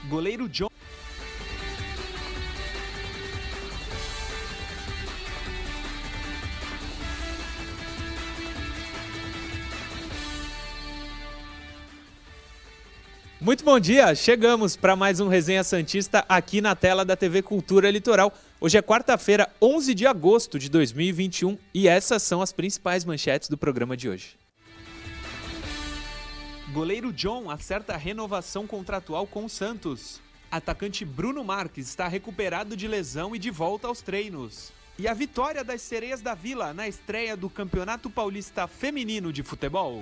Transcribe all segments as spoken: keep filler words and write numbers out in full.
Goleiro John. Muito bom dia, chegamos para mais um Resenha Santista aqui na tela da T V Cultura Litoral. Hoje é quarta-feira, onze de agosto de dois mil e vinte e um e essas são as principais manchetes do programa de hoje. Goleiro John acerta a renovação contratual com o Santos. Atacante Bruno Marques está recuperado de lesão e de volta aos treinos. E a vitória das Sereias da Vila na estreia do Campeonato Paulista Feminino de Futebol.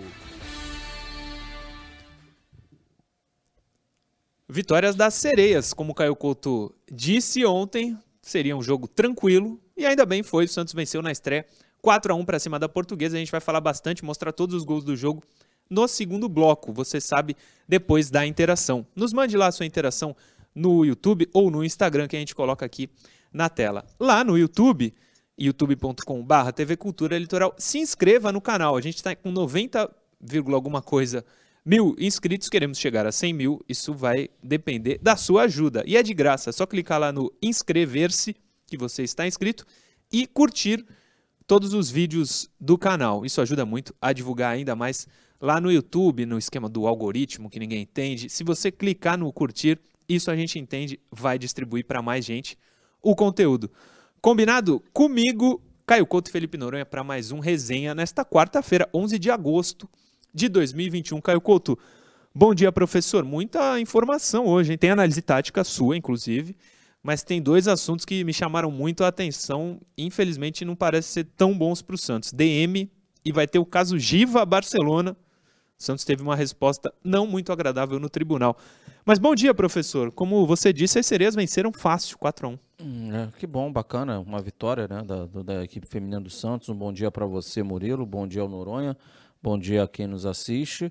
Vitórias das Sereias, como o Caio Couto disse ontem, seria um jogo tranquilo e ainda bem foi, o Santos venceu na estreia quatro a um para cima da Portuguesa. A gente vai falar bastante, mostrar todos os gols do jogo no segundo bloco, você sabe, depois da interação. Nos mande lá a sua interação no YouTube ou no Instagram que a gente coloca aqui na tela. Lá no YouTube, youtube ponto com barra T V Cultura Litoral, se inscreva no canal, a gente está com noventa, alguma coisa mil inscritos, queremos chegar a cem mil, isso vai depender da sua ajuda. E é de graça, é só clicar lá no inscrever-se, que você está inscrito, e curtir todos os vídeos do canal. Isso ajuda muito a divulgar ainda mais lá no YouTube, no esquema do algoritmo, que ninguém entende. Se você clicar no curtir, isso a gente entende, vai distribuir para mais gente o conteúdo. Combinado? Comigo, Caio Couto e Felipe Noronha, para mais um Resenha nesta quarta-feira, onze de agosto de dois mil e vinte e um. Caio Couto, bom dia, professor. Muita informação hoje, hein? Tem análise tática sua, inclusive, mas tem dois assuntos que me chamaram muito a atenção. Infelizmente, não parece ser tão bons para o Santos. D M e vai ter o caso Giva Barcelona. O Santos teve uma resposta não muito agradável no tribunal. Mas bom dia, professor. Como você disse, as Sereias venceram fácil, quatro a um. Hum, é, que bom, bacana. Uma vitória, né, da, da equipe feminina do Santos. Um bom dia para você, Murilo. Bom dia ao Noronha. Bom dia a quem nos assiste.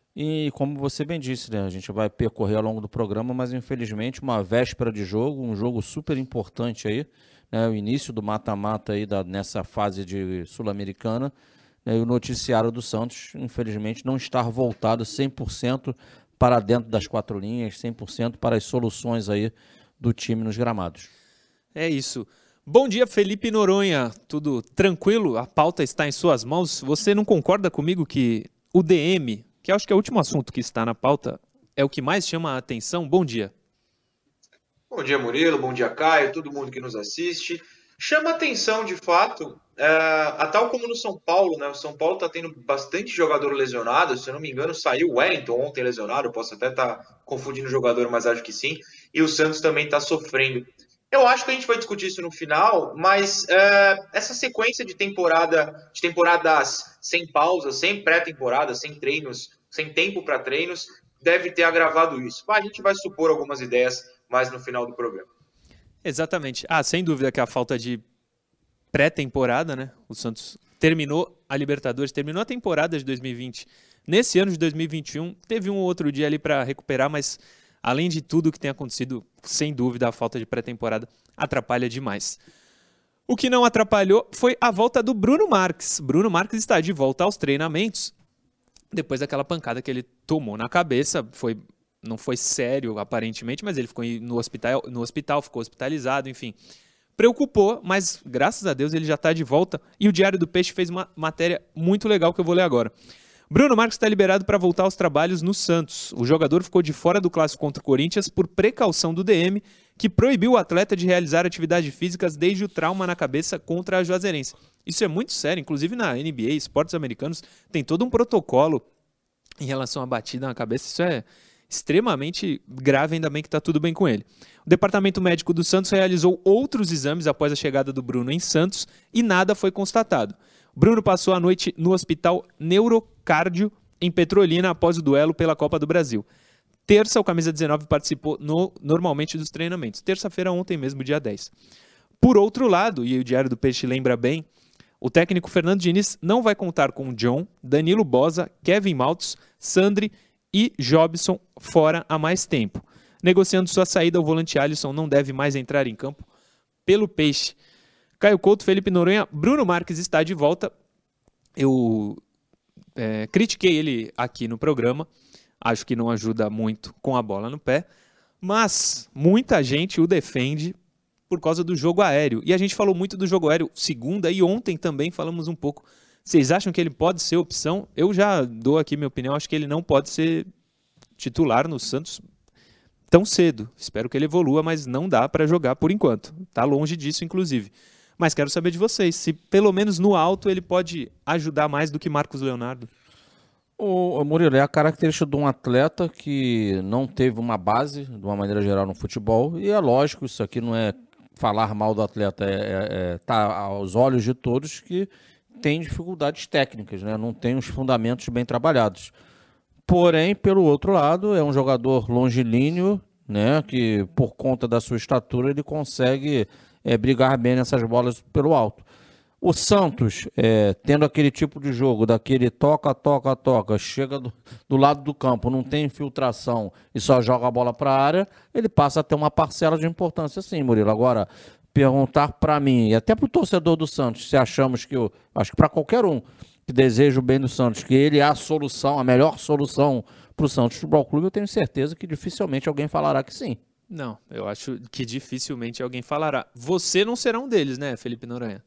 E como você bem disse, né, a gente vai percorrer ao longo do programa, mas infelizmente uma véspera de jogo, um jogo super importante aí, né, o início do mata-mata aí da, nessa fase de Sul-Americana, né, e o noticiário do Santos, infelizmente, não estar voltado cem por cento para dentro das quatro linhas, cem por cento para as soluções aí do time nos gramados. É isso. Bom dia, Felipe Noronha. Tudo tranquilo? A pauta está em suas mãos. Você não concorda comigo que o D M, que acho que é o último assunto que está na pauta, é o que mais chama a atenção? Bom dia. Bom dia, Murilo. Bom dia, Caio. Todo mundo que nos assiste. Chama atenção, de fato, é, a tal como no São Paulo, né? O São Paulo está tendo bastante jogador lesionado. Se eu não me engano, saiu o Wellington ontem lesionado. Posso até estar tá confundindo o jogador, mas acho que sim. E o Santos também está sofrendo. Eu acho que a gente vai discutir isso no final, mas é, essa sequência de temporada, de temporadas sem pausa, sem pré-temporada, sem treinos, sem tempo para treinos, deve ter agravado isso. A gente vai supor algumas ideias mais no final do programa. Exatamente. Ah, sem dúvida que a falta de pré-temporada, né? O Santos terminou a Libertadores, terminou a temporada de dois mil e vinte. Nesse ano de dois mil e vinte e um, teve um outro dia ali para recuperar, mas além de tudo que tem acontecido, sem dúvida, a falta de pré-temporada atrapalha demais. O que não atrapalhou foi a volta do Bruno Marques. Bruno Marques está de volta aos treinamentos, depois daquela pancada que ele tomou na cabeça. Foi, não foi sério, aparentemente, mas ele ficou no hospital, no hospital, ficou hospitalizado, enfim. Preocupou, mas graças a Deus ele já está de volta. E o Diário do Peixe fez uma matéria muito legal que eu vou ler agora. Bruno Marques está liberado para voltar aos trabalhos no Santos. O jogador ficou de fora do clássico contra o Corinthians por precaução do D M, que proibiu o atleta de realizar atividades físicas desde o trauma na cabeça contra a Juazeirense. Isso é muito sério, inclusive na N B A, esportes americanos, tem todo um protocolo em relação à batida na cabeça. Isso é extremamente grave, ainda bem que está tudo bem com ele. O departamento médico do Santos realizou outros exames após a chegada do Bruno em Santos e nada foi constatado. Bruno passou a noite no Hospital Neurocárdio, em Petrolina, após o duelo pela Copa do Brasil. Terça, o camisa dezenove participou no, normalmente dos treinamentos. Terça-feira, ontem mesmo, dia dez. Por outro lado, e o Diário do Peixe lembra bem, o técnico Fernando Diniz não vai contar com John, Danilo Boza, Kevin Maltz, Sandri e Jobson fora há mais tempo. Negociando sua saída, o volante Alisson não deve mais entrar em campo pelo Peixe. Caio Couto, Felipe Noronha, Bruno Marques está de volta. Eu é, critiquei ele aqui no programa. Acho que não ajuda muito com a bola no pé. Mas muita gente o defende por causa do jogo aéreo. E a gente falou muito do jogo aéreo segunda e ontem também falamos um pouco. Vocês acham que ele pode ser opção? Eu já dou aqui minha opinião, acho que ele não pode ser titular no Santos tão cedo. Espero que ele evolua, mas não dá para jogar por enquanto. Está longe disso, inclusive. Mas quero saber de vocês, se pelo menos no alto ele pode ajudar mais do que Marcos Leonardo. O Murilo, é a característica de um atleta que não teve uma base, de uma maneira geral, no futebol. E é lógico, isso aqui não é falar mal do atleta, é, é, é tá aos olhos de todos que tem dificuldades técnicas, né? Não tem os fundamentos bem trabalhados. Porém, pelo outro lado, é um jogador longilíneo, né? Que por conta da sua estatura ele consegue é, brigar bem nessas bolas pelo alto. O Santos, é, tendo aquele tipo de jogo, daquele toca, toca, toca, chega do, do lado do campo, não tem infiltração e só joga a bola para a área, ele passa a ter uma parcela de importância sim, Murilo. Agora, perguntar para mim, e até para o torcedor do Santos, se achamos que, eu, acho que para qualquer um que deseja o bem do Santos, que ele é a solução, a melhor solução para o Santos Futebol Clube, eu tenho certeza que dificilmente alguém falará que sim. Não, eu acho que dificilmente alguém falará. Você não será um deles, né, Felipe Noronha?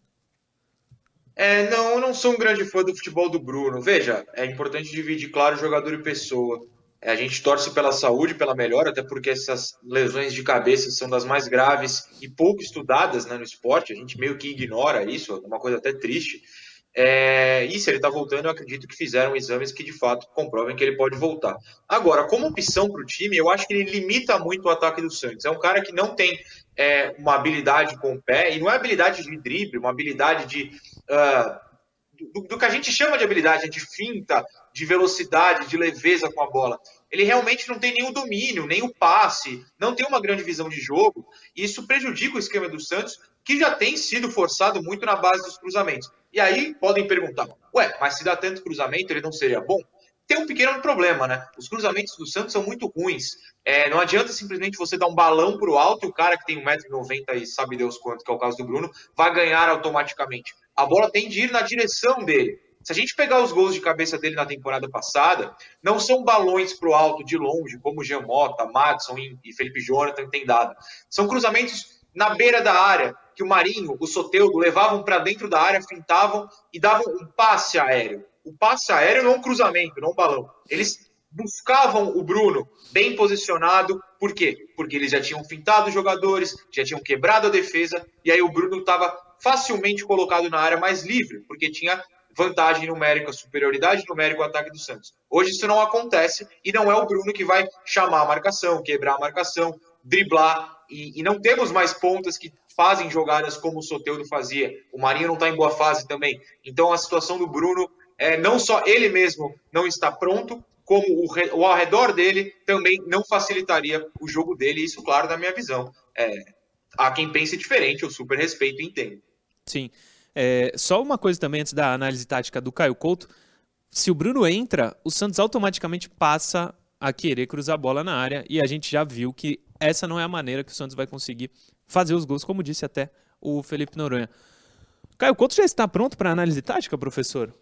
É, não, eu não sou um grande fã do futebol do Bruno. Veja, é importante dividir, claro, jogador e pessoa. É, a gente torce pela saúde, pela melhora, até porque essas lesões de cabeça são das mais graves e pouco estudadas, né, no esporte. A gente meio que ignora isso, é uma coisa até triste. É, e se ele está voltando, eu acredito que fizeram exames que de fato comprovem que ele pode voltar. Agora, como opção para o time, eu acho que ele limita muito o ataque do Santos. É um cara que não tem é, uma habilidade com o pé, e não é habilidade de drible, uma habilidade de uh, do, do que a gente chama de habilidade, de finta, de velocidade, de leveza com a bola. Ele realmente não tem nem o domínio, nem o passe, não tem uma grande visão de jogo, e isso prejudica o esquema do Santos, que já tem sido forçado muito na base dos cruzamentos. E aí podem perguntar, ué, mas se dá tanto cruzamento, ele não seria bom? Tem um pequeno problema, né? Os cruzamentos do Santos são muito ruins. É, não adianta simplesmente você dar um balão pro alto e o cara que tem um metro e noventa e sabe Deus quanto, que é o caso do Bruno, vai ganhar automaticamente. A bola tem de ir na direção dele. Se a gente pegar os gols de cabeça dele na temporada passada, não são balões pro alto de longe, como o Jean Mota, Madison e Felipe Jonathan têm dado. São cruzamentos na beira da área, que o Marinho, o Soteldo levavam para dentro da área, fintavam e davam um passe aéreo. O passe aéreo não é um cruzamento, não é um balão. Eles buscavam o Bruno bem posicionado. Por quê? Porque eles já tinham fintado os jogadores, já tinham quebrado a defesa, e aí o Bruno estava facilmente colocado na área mais livre, porque tinha vantagem numérica, superioridade numérica ao ataque do Santos. Hoje isso não acontece, e não é o Bruno que vai chamar a marcação, quebrar a marcação, driblar, e, e não temos mais pontas que fazem jogadas como o Soteldo fazia. O Marinho não está em boa fase também. Então a situação do Bruno, é, não só ele mesmo não está pronto, como o, re, o ao redor dele também não facilitaria o jogo dele. Isso, claro, na minha visão. É, há quem pense diferente, eu super respeito e entendo. Sim. É, só uma coisa também antes da análise tática do Caio Couto. Se o Bruno entra, o Santos automaticamente passa a querer cruzar a bola na área, e a gente já viu que essa não é a maneira que o Santos vai conseguir fazer os gols, como disse até o Felipe Noronha. Caio Couto já está pronto para a análise tática, professor?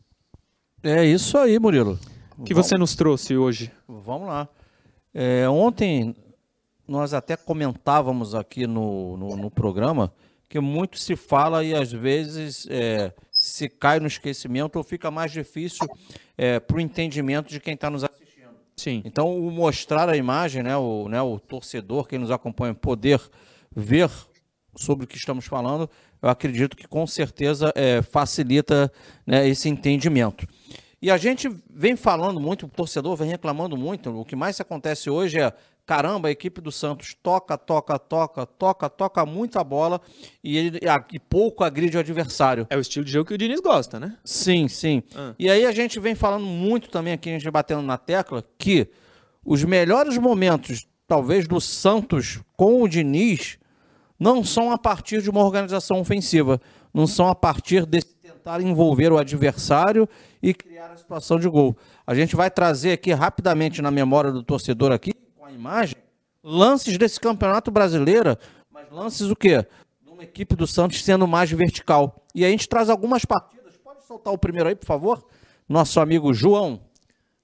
É isso aí, Murilo. O que Vamos... você nos trouxe hoje? Vamos lá. É, ontem nós até comentávamos aqui no, no, no programa que muito se fala e às vezes é, se cai no esquecimento ou fica mais difícil é, para o entendimento de quem está nos assistindo. Sim. Então, o mostrar a imagem, né, o, né, o torcedor, quem nos acompanha, poder ver sobre o que estamos falando, eu acredito que com certeza é, facilita, né, esse entendimento. E a gente vem falando muito, o torcedor vem reclamando muito, o que mais acontece hoje é, caramba, a equipe do Santos toca, toca, toca, toca, toca muita bola e, ele, e pouco agride o adversário. É o estilo de jogo que o Diniz gosta, né? Sim, sim. Ah. E aí a gente vem falando muito também aqui, a gente batendo na tecla, que os melhores momentos, talvez, do Santos com o Diniz não são a partir de uma organização ofensiva, não são a partir de tentar envolver o adversário e criar a situação de gol. A gente vai trazer aqui rapidamente na memória do torcedor aqui, com a imagem, lances desse Campeonato Brasileiro, mas lances o quê? De uma equipe do Santos sendo mais vertical. E a gente traz algumas partidas. Pode soltar o primeiro aí, por favor? Nosso amigo João.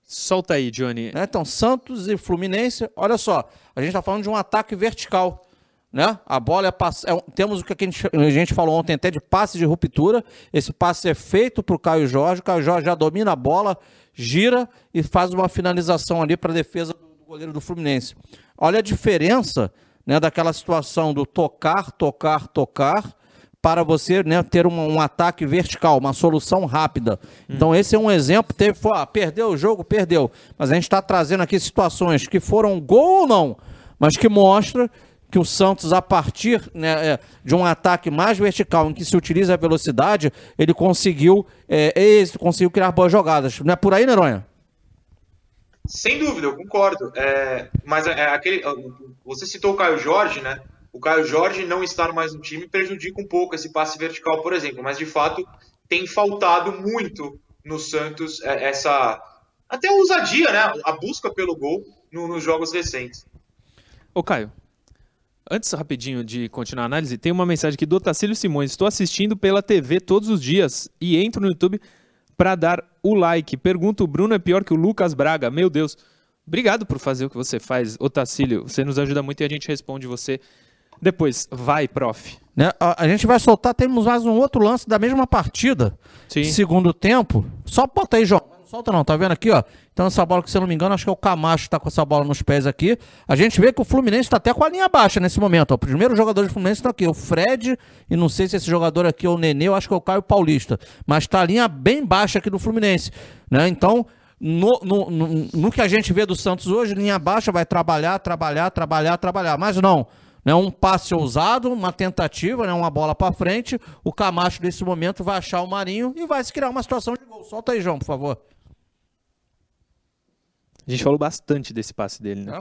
Solta aí, Johnny. Né? Então, Santos e Fluminense, olha só, a gente está falando de um ataque vertical. Né? A bola é, pass... é temos o que a gente, a gente falou ontem até de passe de ruptura. Esse passe é feito para o Caio Jorge. O Caio Jorge já domina a bola, gira e faz uma finalização ali para a defesa do goleiro do Fluminense. Olha a diferença, né, daquela situação do tocar, tocar, tocar, para você, né, ter um, um ataque vertical, uma solução rápida. Hum. Então esse é um exemplo. Teve, foi, ah, perdeu o jogo, perdeu. Mas a gente está trazendo aqui situações que foram gol ou não, mas que mostra que o Santos, a partir, né, de um ataque mais vertical, em que se utiliza a velocidade, ele conseguiu, é, êxito, conseguiu criar boas jogadas. Não é por aí, Noronha? Sem dúvida, eu concordo. É, mas é, aquele, você citou o Caio Jorge, né? O Caio Jorge não estar mais no time prejudica um pouco esse passe vertical, por exemplo. Mas, de fato, tem faltado muito no Santos essa... até a ousadia, né? A busca pelo gol no, nos jogos recentes. Ô, Caio, antes, rapidinho, de continuar a análise, tem uma mensagem aqui do Otacílio Simões. Estou assistindo pela T V todos os dias e entro no YouTube para dar o like. Pergunto, o Bruno é pior que o Lucas Braga? Meu Deus. Obrigado por fazer o que você faz, Otacílio. Você nos ajuda muito e a gente responde você depois. Vai, prof. Né? A, a gente vai soltar, temos mais um outro lance da mesma partida. Sim. Segundo tempo. Só bota aí, João. Solta não, tá vendo aqui, ó? Então essa bola que, se eu não me engano, acho que é o Camacho que tá com essa bola nos pés aqui. A gente vê que o Fluminense tá até com a linha baixa nesse momento, ó. O primeiro jogador do Fluminense tá aqui, o Fred, e não sei se esse jogador aqui é o Nenê, eu acho que é o Caio Paulista. Mas tá a linha bem baixa aqui do Fluminense, né? Então, no, no, no, no que a gente vê do Santos hoje, linha baixa, vai trabalhar, trabalhar, trabalhar, trabalhar. Mas não, né? Um passe ousado, uma tentativa, né? Uma bola pra frente. O Camacho, nesse momento, vai achar o Marinho e vai se criar uma situação de gol. Solta aí, João, por favor. A gente falou bastante desse passe dele, né? É.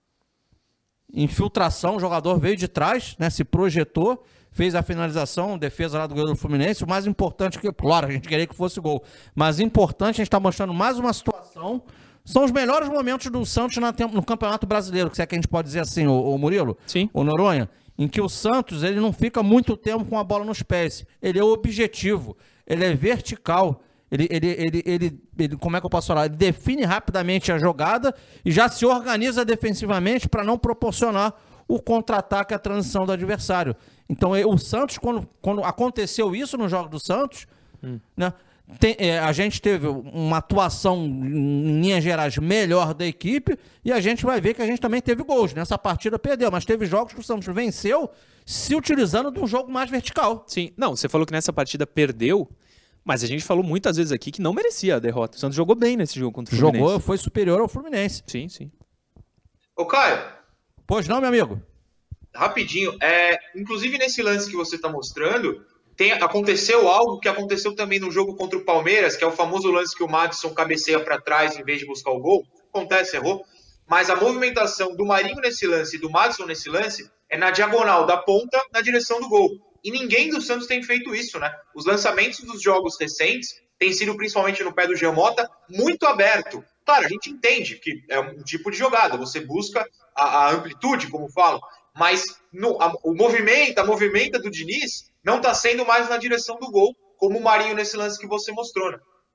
Infiltração, o jogador veio de trás, né? Se projetou, fez a finalização, defesa lá do goleiro do Fluminense. O mais importante, que, claro, a gente queria que fosse gol, mas importante, a gente está mostrando mais uma situação. São os melhores momentos do Santos na, no Campeonato Brasileiro, que é que a gente pode dizer assim, o, o Murilo, Sim. o Noronha, em que o Santos ele não fica muito tempo com a bola nos pés. Ele é objetivo, ele é vertical. Ele, ele, ele, ele, ele, como é que eu posso falar? Ele define rapidamente a jogada e já se organiza defensivamente para não proporcionar o contra-ataque, a transição do adversário. Então, o Santos, quando, quando aconteceu isso no jogo do Santos, hum. né, tem, é, a gente teve uma atuação, em linhas gerais, melhor da equipe e a gente vai ver que a gente também teve gols. Nessa partida perdeu, mas teve jogos que o Santos venceu se utilizando de um jogo mais vertical. Sim, não, você falou que nessa partida perdeu. Mas a gente falou muitas vezes aqui que não merecia a derrota. O Santos jogou bem nesse jogo contra o Fluminense. Jogou, foi superior ao Fluminense. Sim, sim. Ô, Caio. Pois não, meu amigo? Rapidinho. É, inclusive, nesse lance que você está mostrando, tem, aconteceu algo que aconteceu também no jogo contra o Palmeiras, que é o famoso lance que o Madison cabeceia para trás em vez de buscar o gol. Acontece, errou. Mas a movimentação do Marinho nesse lance e do Madison nesse lance é na diagonal da ponta na direção do gol. E ninguém do Santos tem feito isso, né? Os lançamentos dos jogos recentes têm sido, principalmente no pé do Giamota, muito aberto. Claro, a gente entende que é um tipo de jogada, você busca a, a amplitude, como falam, mas no, a, o movimento, a movimenta do Diniz não está sendo mais na direção do gol, como o Marinho nesse lance que você mostrou, né?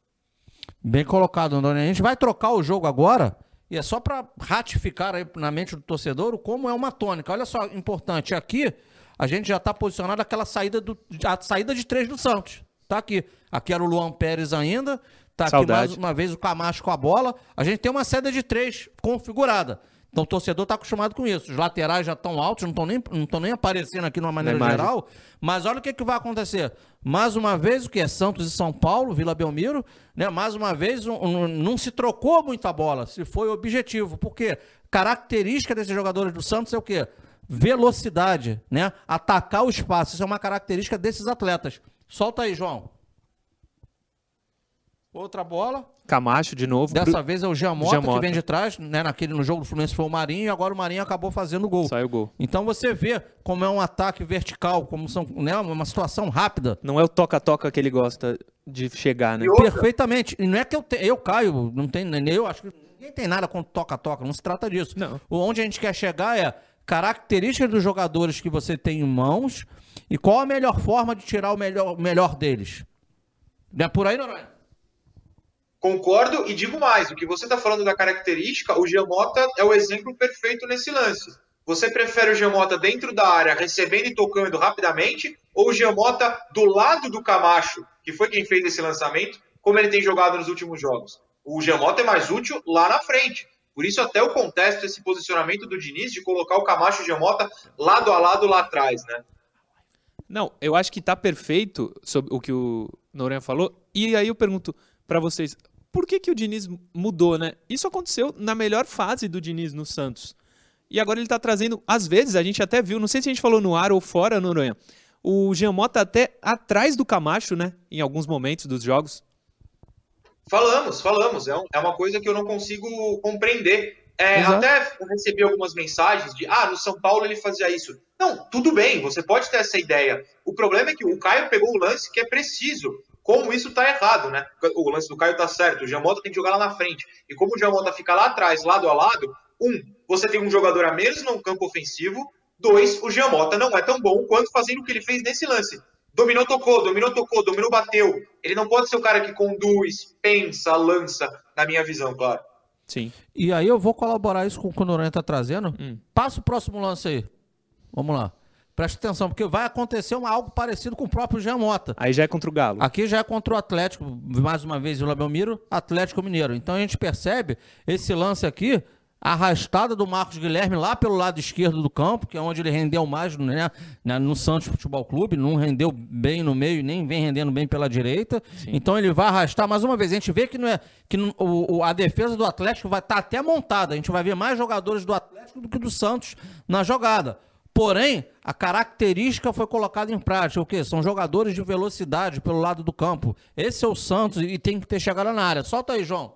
Bem colocado, André. A gente vai trocar o jogo agora, e é só para ratificar aí na mente do torcedor como é uma tônica. Olha só, importante, aqui a gente já está posicionado aquela saída, do, a saída de três do Santos. Tá aqui. Aqui era o Luan Pérez ainda. Tá Saudade. Aqui mais uma vez o Camacho com a bola. A gente tem uma saída de três configurada. Então o torcedor está acostumado com isso. Os laterais já estão altos, não estão nem, não estão nem aparecendo aqui de uma maneira geral. Mas olha o que, que vai acontecer. Mais uma vez, o que é Santos e São Paulo, Vila Belmiro, né? Mais uma vez, um, um, não se trocou muita bola. Se foi objetivo. Por quê? Característica desses jogadores do Santos é o quê? Velocidade, né? Atacar o espaço. Isso é uma característica desses atletas. Solta aí, João. Outra bola. Camacho de novo. Dessa vez é o Giamota, Giamota que vem de trás, né? Naquele, no jogo do Fluminense foi o Marinho e agora o Marinho acabou fazendo o gol. Saiu o gol. Então você vê como é um ataque vertical, como são, né? Uma situação rápida. Não é o toca-toca que ele gosta de chegar, né? Perfeitamente. E não é que eu, te, eu caio, não tem, nem eu acho que ninguém tem nada contra toca-toca, não se trata disso. Não. Onde a gente quer chegar é características dos jogadores que você tem em mãos e qual a melhor forma de tirar o melhor, o melhor deles. Não é por aí, Noronha? Concordo e digo mais, o que você está falando da característica, o Giamota é o exemplo perfeito nesse lance. Você prefere o Giamota dentro da área, recebendo e tocando rapidamente, ou o Giamota do lado do Camacho, que foi quem fez esse lançamento, como ele tem jogado nos últimos jogos? O Giamota é mais útil lá na frente. Por isso até eu contesto esse posicionamento do Diniz de colocar o Camacho e o Giamota lado a lado lá atrás, né? Não, eu acho que tá perfeito sobre o que o Noronha falou. E aí eu pergunto para vocês, por que que o Diniz mudou, né? Isso aconteceu na melhor fase do Diniz no Santos. E agora ele tá trazendo, às vezes, a gente até viu, não sei se a gente falou no ar ou fora, Noronha, o Giamota até atrás do Camacho, né? Em alguns momentos dos jogos. Falamos, falamos. É, um, é uma coisa que eu não consigo compreender. É, até recebi algumas mensagens de, ah, no São Paulo ele fazia isso. Não, tudo bem, você pode ter essa ideia. O problema é que o Caio pegou o lance que é preciso. Como isso tá errado, né? O lance do Caio tá certo, o Giamota tem que jogar lá na frente. E como o Giamota fica lá atrás, lado a lado, um, você tem um jogador a menos no campo ofensivo. Dois, o Giamota não é tão bom quanto fazendo o que ele fez nesse lance. Dominou, tocou, dominou, tocou, dominou, bateu. Ele não pode ser o cara que conduz, pensa, lança, na minha visão, claro. Sim. E aí eu vou colaborar isso com o que o Noronha tá trazendo. Hum. Passa o próximo lance aí. Vamos lá. Presta atenção, porque vai acontecer uma, algo parecido com o próprio Giamota. Aí já é contra o Galo. Aqui já é contra o Atlético, mais uma vez o Belmiro, Atlético Mineiro. Então a gente percebe esse lance aqui, a arrastada do Marcos Guilherme lá pelo lado esquerdo do campo, que é onde ele rendeu mais, né, no Santos Futebol Clube, não rendeu bem no meio, nem vem rendendo bem pela direita. Sim. Então ele vai arrastar mais uma vez. A gente vê que, não é, que não, o, a defesa do Atlético vai estar até montada. A gente vai ver mais jogadores do Atlético do que do Santos na jogada. Porém, a característica foi colocada em prática. O quê? São jogadores de velocidade pelo lado do campo. Esse é o Santos e tem que ter chegada na área. Solta aí, João.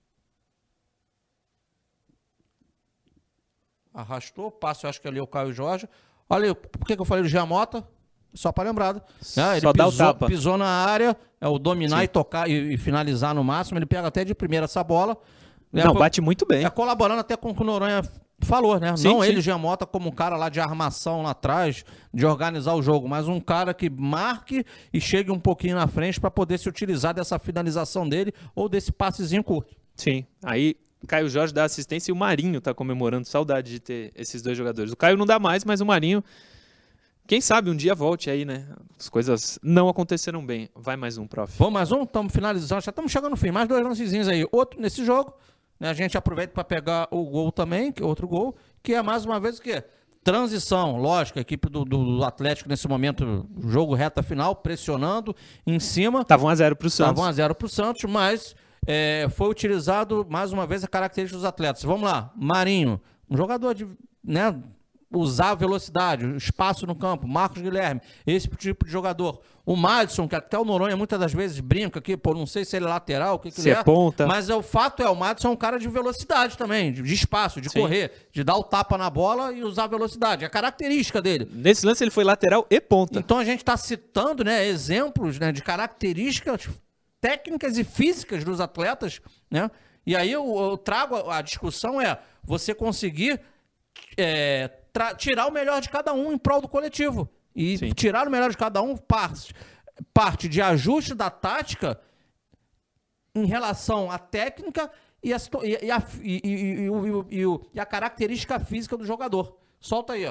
Arrastou, passo, eu acho que ali é o Caio Jorge. Olha aí, por que, que eu falei do Giamota? Só para lembrar. Né? Ele Só pisou, dá o tapa. Pisou na área, é o dominar Sim. e tocar e, e finalizar no máximo. Ele pega até de primeira essa bola. Não, é, bate muito bem. É colaborando até com o que o Noronha falou, né? Sim, Não sim. ele, Giamota, como um cara lá de armação lá atrás, de organizar o jogo, mas um cara que marque e chegue um pouquinho na frente para poder se utilizar dessa finalização dele ou desse passezinho curto. Sim, aí Caio Jorge dá assistência e o Marinho tá comemorando. Saudade de ter esses dois jogadores. O Caio não dá mais, mas o Marinho, quem sabe um dia volte aí, né? As coisas não aconteceram bem. Vai mais um, prof. Vamos mais um? Estamos finalizando, já estamos chegando no fim. Mais dois lancezinhos aí. Outro nesse jogo, né? A gente aproveita para pegar o gol também, que é outro gol, que é mais uma vez o quê? Transição, lógico, a equipe do, do Atlético nesse momento, jogo reta final, pressionando em cima. Tava um a zero pro Santos. Tava um a zero pro Santos, mas é, foi utilizado mais uma vez a característica dos atletas. Vamos lá, Marinho, um jogador de, né, usar a velocidade, o espaço no campo, Marcos Guilherme, esse tipo de jogador. O Madison, que até o Noronha muitas das vezes brinca aqui, pô, não sei se ele é lateral, o que, que se ele é é, ponta. mas é, o fato é, o Madison é um cara de velocidade também, de, de espaço, de Sim. correr, de dar o tapa na bola e usar a velocidade, é a característica dele. Nesse lance ele foi lateral e ponta. Então a gente está citando, né, exemplos, né, de características técnicas e físicas dos atletas, né? E aí eu, eu trago a, a discussão é você conseguir é, tirar o melhor de cada um em prol do coletivo. E Sim. tirar o melhor de cada um parte, parte de ajuste da tática em relação à técnica e a, e, a, e, e, e, e, e a característica física do jogador. Solta aí, ó.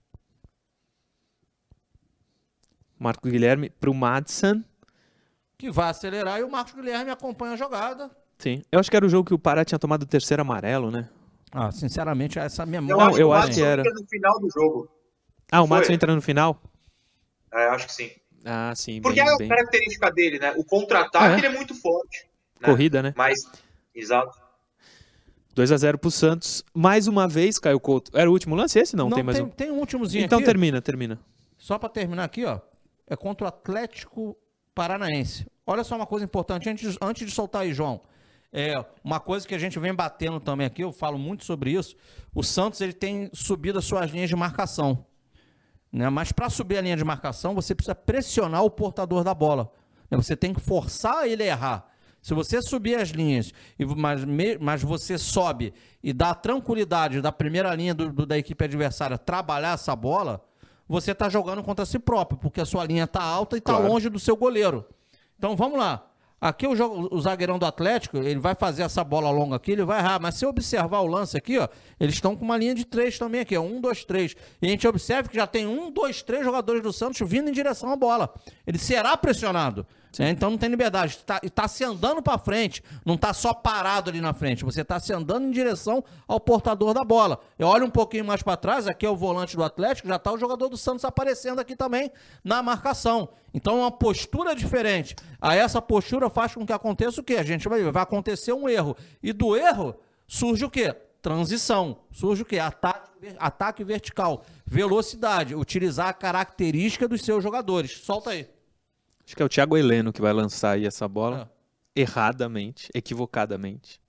Marco Guilherme pro Madison. Que vai acelerar e o Marcos Guilherme acompanha a jogada. Sim. Eu acho que era o jogo que o Pará tinha tomado o terceiro amarelo, né? Ah, sinceramente, essa memória... Não, eu acho que era. No final do jogo. Ah, o Foi. Madison entra no final? É, acho que sim. Ah, sim. Porque bem, é a bem. característica dele, né? O contra-ataque Ah, é? ele é muito forte. Né? Corrida, né? Mas, exato. dois a zero pro Santos. Mais uma vez, Caio Couto. Era o último lance esse? Não, Não, tem mais tem, um. tem um últimozinho Então aqui. termina, termina. Só para terminar aqui, ó. É contra o Atlético Paranaense. Olha só uma coisa importante, antes, antes de soltar aí, João. É, uma coisa que a gente vem batendo também aqui, eu falo muito sobre isso. O Santos ele tem subido as suas linhas de marcação. Né? Mas para subir a linha de marcação, você precisa pressionar o portador da bola. Né? Você tem que forçar ele a errar. Se você subir as linhas, e, mas, me, mas você sobe e dá a tranquilidade da primeira linha do, do, da equipe adversária trabalhar essa bola, você está jogando contra si próprio, porque a sua linha está alta e está Claro. longe do seu goleiro. Então vamos lá. Aqui o, jogo, o zagueirão do Atlético, ele vai fazer essa bola longa aqui, ele vai errar. Mas se observar o lance aqui, ó, eles estão com uma linha de três também aqui, ó, um, dois, três. E a gente observa que já tem um, dois, três jogadores do Santos vindo em direção à bola. Ele será pressionado. Né? Então não tem liberdade. Está tá se andando para frente, não está só parado ali na frente. Você está se andando em direção ao portador da bola. Eu olho um pouquinho mais para trás, aqui é o volante do Atlético, já está o jogador do Santos aparecendo aqui também na marcação. Então é uma postura diferente. Aí essa postura faz com que aconteça o quê? A gente vai ver, vai acontecer um erro. E do erro surge o quê? Transição. Surge o quê? Ataque, ataque vertical. Velocidade. Utilizar a característica dos seus jogadores. Solta aí. Acho que é o Thiago Heleno que vai lançar aí essa bola. É. Erradamente, equivocadamente.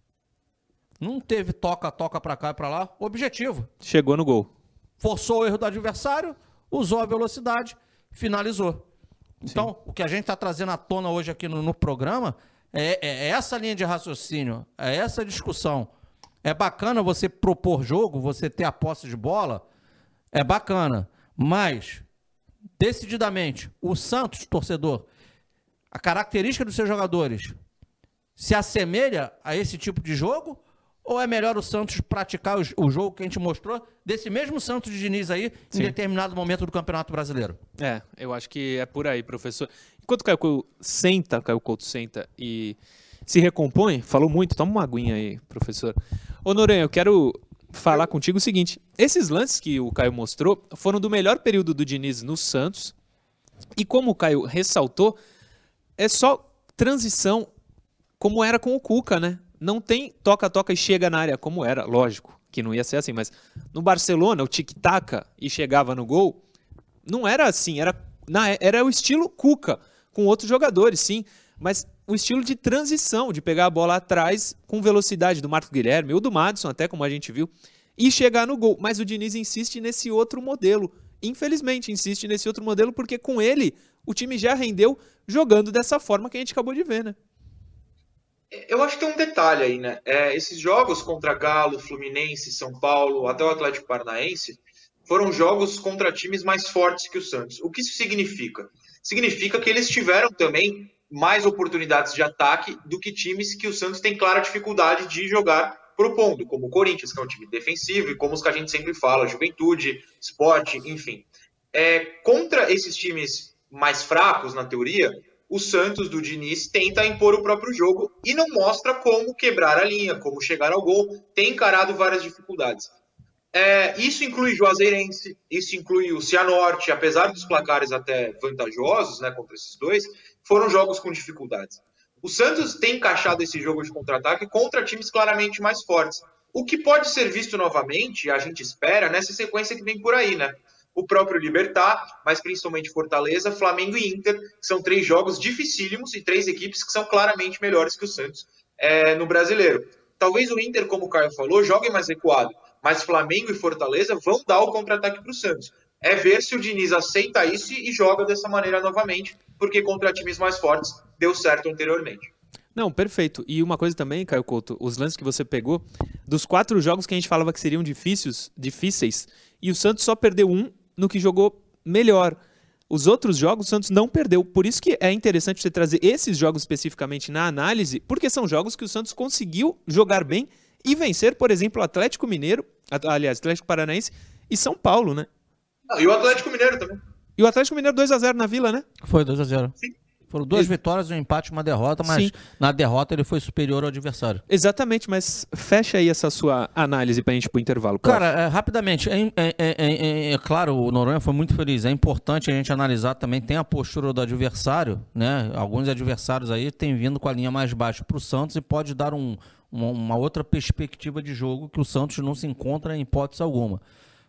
Não teve toca, toca pra cá e pra lá. Objetivo. Chegou no gol. Forçou o erro do adversário, usou a velocidade, finalizou. Então, sim, o que a gente está trazendo à tona hoje aqui no, no programa é, é essa linha de raciocínio, é essa discussão. É bacana você propor jogo, você ter a posse de bola, é bacana, mas, decididamente, o Santos, torcedor, a característica dos seus jogadores se assemelha a esse tipo de jogo? Ou é melhor o Santos praticar o, o jogo que a gente mostrou desse mesmo Santos de Diniz aí, sim, em determinado momento do Campeonato Brasileiro? É, eu acho que é por aí, professor. Enquanto o Caio Couto senta, Caio Couto senta e se recompõe, falou muito, toma uma aguinha aí, professor. Ô Noronha, eu quero falar contigo o seguinte, esses lances que o Caio mostrou foram do melhor período do Diniz no Santos, e como o Caio ressaltou, é só transição como era com o Cuca, né? Não tem toca-toca e chega na área como era, lógico que não ia ser assim, mas no Barcelona, o tic-tac e chegava no gol, não era assim, era, era o estilo Cuca, com outros jogadores, sim, mas o estilo de transição, de pegar a bola atrás com velocidade do Marcos Guilherme, ou do Madison até, como a gente viu, e chegar no gol. Mas o Diniz insiste nesse outro modelo, infelizmente insiste nesse outro modelo, porque com ele o time já rendeu jogando dessa forma que a gente acabou de ver, né? Eu acho que tem um detalhe aí, né? É, esses jogos contra Galo, Fluminense, São Paulo, até o Atlético Paranaense, foram jogos contra times mais fortes que o Santos. O que isso significa? Significa que eles tiveram também mais oportunidades de ataque do que times que o Santos tem clara dificuldade de jogar propondo, como o Corinthians, que é um time defensivo, e como os que a gente sempre fala, Juventude, Sport, enfim. É, contra esses times mais fracos, na teoria, o Santos do Diniz tenta impor o próprio jogo e não mostra como quebrar a linha, como chegar ao gol, tem encarado várias dificuldades. É, isso inclui Juazeirense, isso inclui o Cianorte, apesar dos placares até vantajosos, né, contra esses dois, foram jogos com dificuldades. O Santos tem encaixado esse jogo de contra-ataque contra times claramente mais fortes, o que pode ser visto novamente, a gente espera, nessa sequência que vem por aí, né? O próprio Libertad, mas principalmente Fortaleza, Flamengo e Inter, que são três jogos dificílimos e três equipes que são claramente melhores que o Santos é, no Brasileiro. Talvez o Inter, como o Caio falou, jogue mais recuado, mas Flamengo e Fortaleza vão dar o contra-ataque para o Santos. É ver se o Diniz aceita isso e joga dessa maneira novamente, porque contra times mais fortes deu certo anteriormente. Não, perfeito. E uma coisa também, Caio Couto, os lances que você pegou, dos quatro jogos que a gente falava que seriam difíceis, difíceis e o Santos só perdeu um no que jogou melhor. Os outros jogos o Santos não perdeu. Por isso que é interessante você trazer esses jogos especificamente na análise, porque são jogos que o Santos conseguiu jogar bem e vencer, por exemplo, o Atlético Mineiro, aliás, Atlético Paranaense e São Paulo, né? Ah, e o Atlético Mineiro também. E o Atlético Mineiro dois a zero na Vila, né? Foi dois a zero. Sim. Foram duas Ex vitórias, um empate e uma derrota, mas sim, na derrota ele foi superior ao adversário. Exatamente, mas fecha aí essa sua análise pra gente ir pro intervalo. Cara, é, rapidamente, é, é, é, é, é claro, o Noronha foi muito feliz, é importante a gente analisar também, tem a postura do adversário, né? Alguns adversários aí têm vindo com a linha mais baixa pro Santos e pode dar um, uma, uma outra perspectiva de jogo que o Santos não se encontra em hipótese alguma.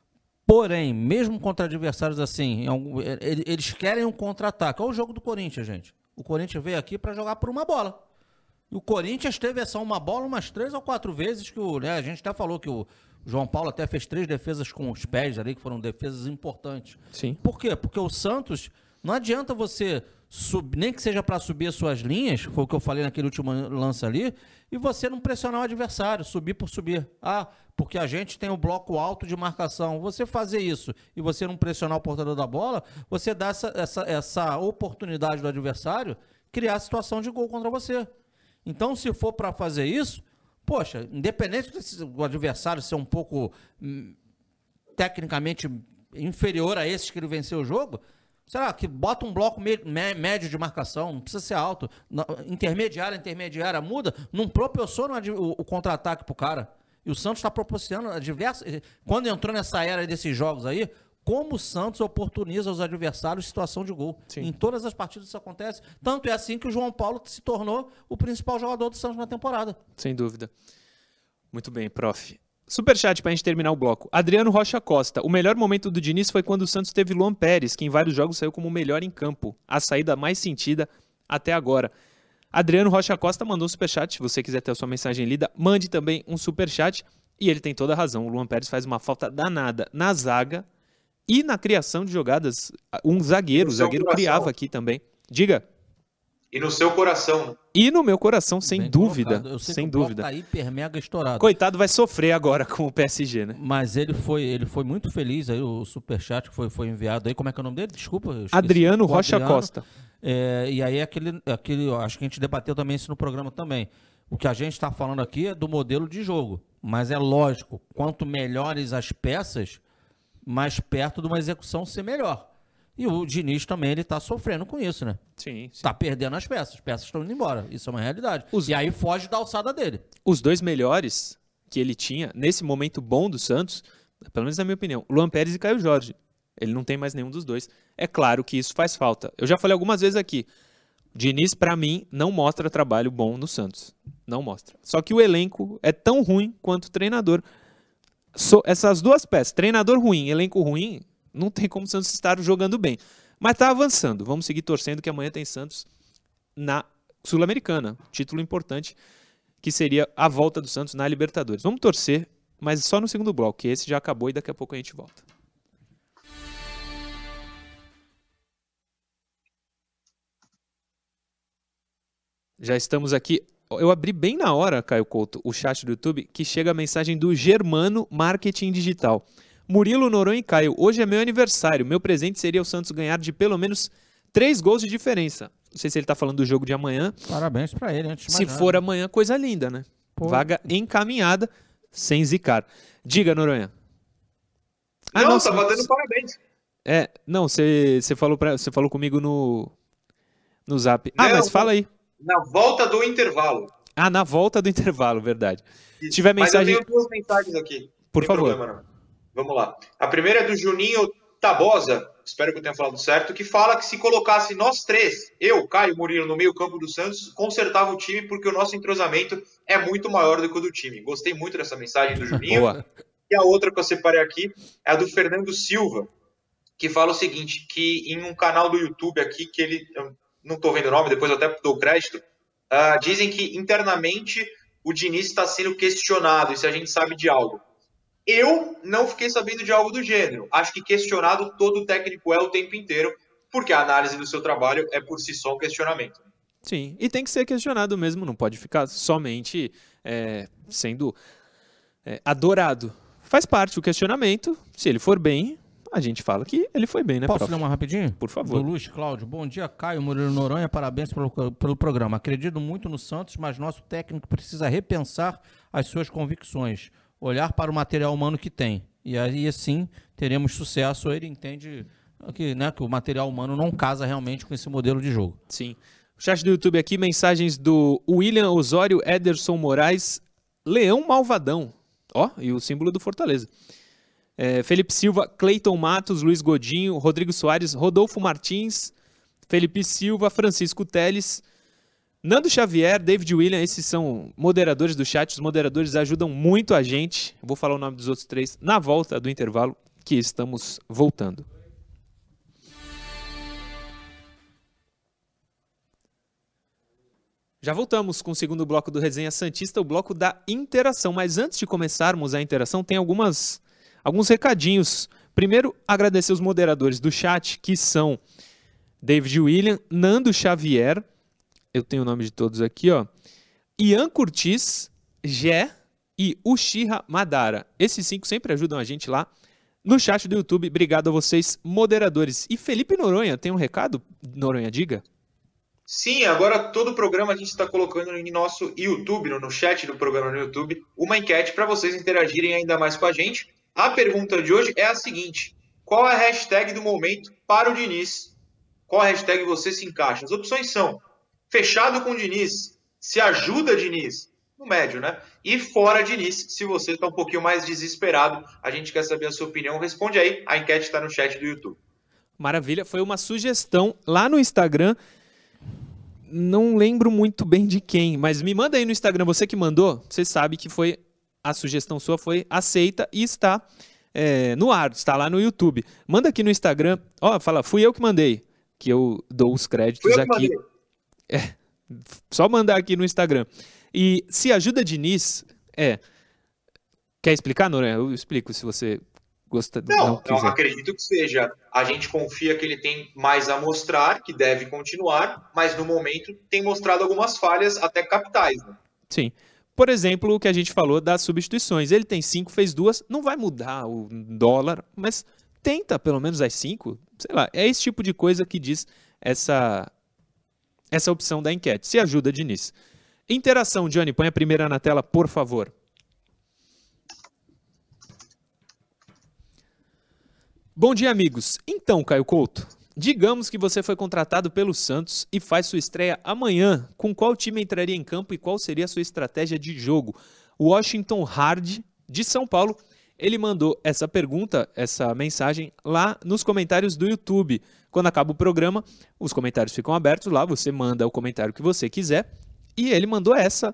Porém, mesmo contra adversários assim, eles querem um contra-ataque. Olha o jogo do Corinthians, gente. O Corinthians veio aqui para jogar por uma bola. E o Corinthians teve essa uma bola umas três ou quatro vezes que o, né, a gente até falou que o João Paulo até fez três defesas com os pés ali, que foram defesas importantes. Sim. Por quê? Porque o Santos, não adianta você subir, nem que seja para subir as suas linhas, foi o que eu falei naquele último lance ali, e você não pressionar o adversário, subir por subir. Ah, porque a gente tem o bloco alto de marcação. Você fazer isso e você não pressionar o portador da bola, você dá essa, essa, essa oportunidade do adversário criar situação de gol contra você. Então, se for para fazer isso, poxa, independente do adversário ser um pouco hum, tecnicamente inferior a esses que ele venceu o jogo, será que bota um bloco me, me, médio de marcação, não precisa ser alto, no, intermediária, intermediária, muda, não proporciona o, o contra-ataque pro cara. E o Santos está proporcionando diversas... Quando entrou nessa era desses jogos aí, como o Santos oportuniza os adversários em situação de gol. Sim. Em todas as partidas isso acontece. Tanto é assim que o João Paulo se tornou o principal jogador do Santos na temporada. Sem dúvida. Muito bem, prof. Superchat para a gente terminar o bloco. Adriano Rocha Costa. O melhor momento do Diniz foi quando o Santos teve Luan Pérez, que em vários jogos saiu como o melhor em campo. A saída mais sentida até agora. Adriano Rocha Costa mandou um superchat. Se você quiser ter a sua mensagem lida, mande também um superchat. E ele tem toda a razão. O Luan Pérez faz uma falta danada na zaga e na criação de jogadas. Um zagueiro, o zagueiro coração. criava aqui também. Diga. E no seu coração. E no meu coração, sem Bem dúvida. Eu sei sem que o dúvida. Tá hiper mega estourado. Coitado, vai sofrer agora com o P S G, né? Mas ele foi, ele foi muito feliz aí, o superchat que foi, foi enviado aí. Como é que é o nome dele? Desculpa. Adriano Rocha Adriano. Costa. É, e aí aquele, aquele, acho que a gente debateu também isso no programa também. O que a gente está falando aqui é do modelo de jogo. Mas é lógico, quanto melhores as peças, mais perto de uma execução ser melhor. E o Diniz também, ele tá sofrendo com isso, né? Sim, sim. Tá perdendo as peças. As peças estão indo embora. Isso é uma realidade. Os... E aí foge da alçada dele. Os dois melhores que ele tinha, nesse momento bom do Santos, pelo menos na minha opinião, Luan Pérez e Caio Jorge. Ele não tem mais nenhum dos dois. É claro que isso faz falta. Eu já falei algumas vezes aqui. Diniz, pra mim, não mostra trabalho bom no Santos. Não mostra. Só que o elenco é tão ruim quanto o treinador. So, essas duas peças, treinador ruim, elenco ruim, não tem como o Santos estar jogando bem. Mas tá avançando. Vamos seguir torcendo que amanhã tem Santos na Sul-Americana. Título importante, que seria a volta do Santos na Libertadores. Vamos torcer, mas só no segundo bloco, que esse já acabou e daqui a pouco a gente volta. Já estamos aqui. Eu abri bem na hora, Caio Couto, o chat do YouTube, que chega a mensagem do Germano Marketing Digital. Murilo, Noronha e Caio, hoje é meu aniversário. Meu presente seria o Santos ganhar de pelo menos três gols de diferença. Não sei se ele está falando do jogo de amanhã. Parabéns para ele, antes de Se mais for nada. amanhã, coisa linda, né? Pô. Vaga encaminhada, sem zicar. Diga, Noronha. Ah, não, não, tava dando parabéns. É, não, você falou, pra, falou comigo no, no zap. Ah, não, mas fala aí. Na volta do intervalo. Ah, na volta do intervalo, verdade. Se tiver mensagem... Mas eu tenho duas mensagens aqui. Por favor. Problema, Vamos lá. A primeira é do Juninho Tabosa, espero que eu tenha falado certo, que fala que se colocasse nós três, eu, Caio, Murilo, no meio campo do Santos, consertava o time porque o nosso entrosamento é muito maior do que o do time. Gostei muito dessa mensagem do Juninho. Boa. E a outra que eu separei aqui é a do Fernando Silva, que fala o seguinte, que em um canal do YouTube aqui, que ele... Eu não estou vendo o nome, depois eu até dou crédito, uh, dizem que internamente o Diniz está sendo questionado, e se a gente sabe de algo. Eu não fiquei sabendo de algo do gênero. Acho que questionado todo técnico é o tempo inteiro, porque a análise do seu trabalho é por si só um questionamento. Sim, e tem que ser questionado mesmo, não pode ficar somente é, sendo é, adorado. Faz parte o questionamento, se ele for bem, a gente fala que ele foi bem, né, Posso prof? ler uma rapidinho? Por favor. Do Luiz Cláudio. Bom dia, Caio, Murilo, Noronha. Parabéns pelo, pelo programa. Acredito muito no Santos, mas nosso técnico precisa repensar as suas convicções. Olhar para o material humano que tem. E aí, assim, teremos sucesso. Ele entende que, né, que o material humano não casa realmente com esse modelo de jogo. Sim. O chat do YouTube aqui, mensagens do William Osório, Ederson Moraes, Leão Malvadão. Ó, e o símbolo do Fortaleza. É, Felipe Silva, Cleiton Matos, Luiz Godinho, Rodrigo Soares, Rodolfo Martins, Felipe Silva, Francisco Teles, Nando Xavier, David William, esses são moderadores do chat. Os moderadores ajudam muito a gente. Eu vou falar o nome dos outros três na volta do intervalo, que estamos voltando. Já voltamos com o segundo bloco do Resenha Santista, o bloco da interação. Mas antes de começarmos a interação, tem algumas... Alguns recadinhos. Primeiro, agradecer os moderadores do chat, que são David William, Nando Xavier, eu tenho o nome de todos aqui, ó, Ian Curtis, Gé e Uchiha Madara. Esses cinco sempre ajudam a gente lá no chat do YouTube. Obrigado a vocês, moderadores. E Felipe Noronha, tem um recado? Noronha, diga. Sim, agora todo o programa a gente está colocando em nosso YouTube, no chat do programa no YouTube, uma enquete para vocês interagirem ainda mais com a gente. A pergunta de hoje é a seguinte: qual é a hashtag do momento para o Diniz? Qual a hashtag você se encaixa? As opções são fechado com o Diniz, se ajuda Diniz, no médio, né? E fora Diniz, se você está um pouquinho mais desesperado, a gente quer saber a sua opinião. Responde aí, a enquete está no chat do YouTube. Maravilha, foi uma sugestão lá no Instagram. Não lembro muito bem de quem, mas me manda aí no Instagram, você que mandou, você sabe que foi a sugestão sua foi aceita e está é, no ar, está lá no YouTube. Manda aqui no Instagram, ó, fala, fui eu que mandei, que eu dou os créditos aqui. É, só mandar aqui no Instagram. E se ajuda Diniz, é... Quer explicar, Noronha? Eu explico se você gosta. Não, não eu acredito que seja. A gente confia que ele tem mais a mostrar, que deve continuar, mas no momento tem mostrado algumas falhas até capitais. Né? Sim. Por exemplo, o que a gente falou das substituições. Ele tem cinco, fez duas, não vai mudar o dólar, mas tenta pelo menos as cinco. Sei lá, é esse tipo de coisa que diz essa, essa opção da enquete. Se ajuda, Diniz. Interação, Johnny, põe a primeira na tela, por favor. Bom dia, amigos. Então, Caio Couto, digamos que você foi contratado pelo Santos e faz sua estreia amanhã. Com qual time entraria em campo e qual seria a sua estratégia de jogo? O Washington Hard, de São Paulo, ele mandou essa pergunta, essa mensagem, lá nos comentários do YouTube. Quando acaba o programa, os comentários ficam abertos lá, você manda o comentário que você quiser. E ele mandou essa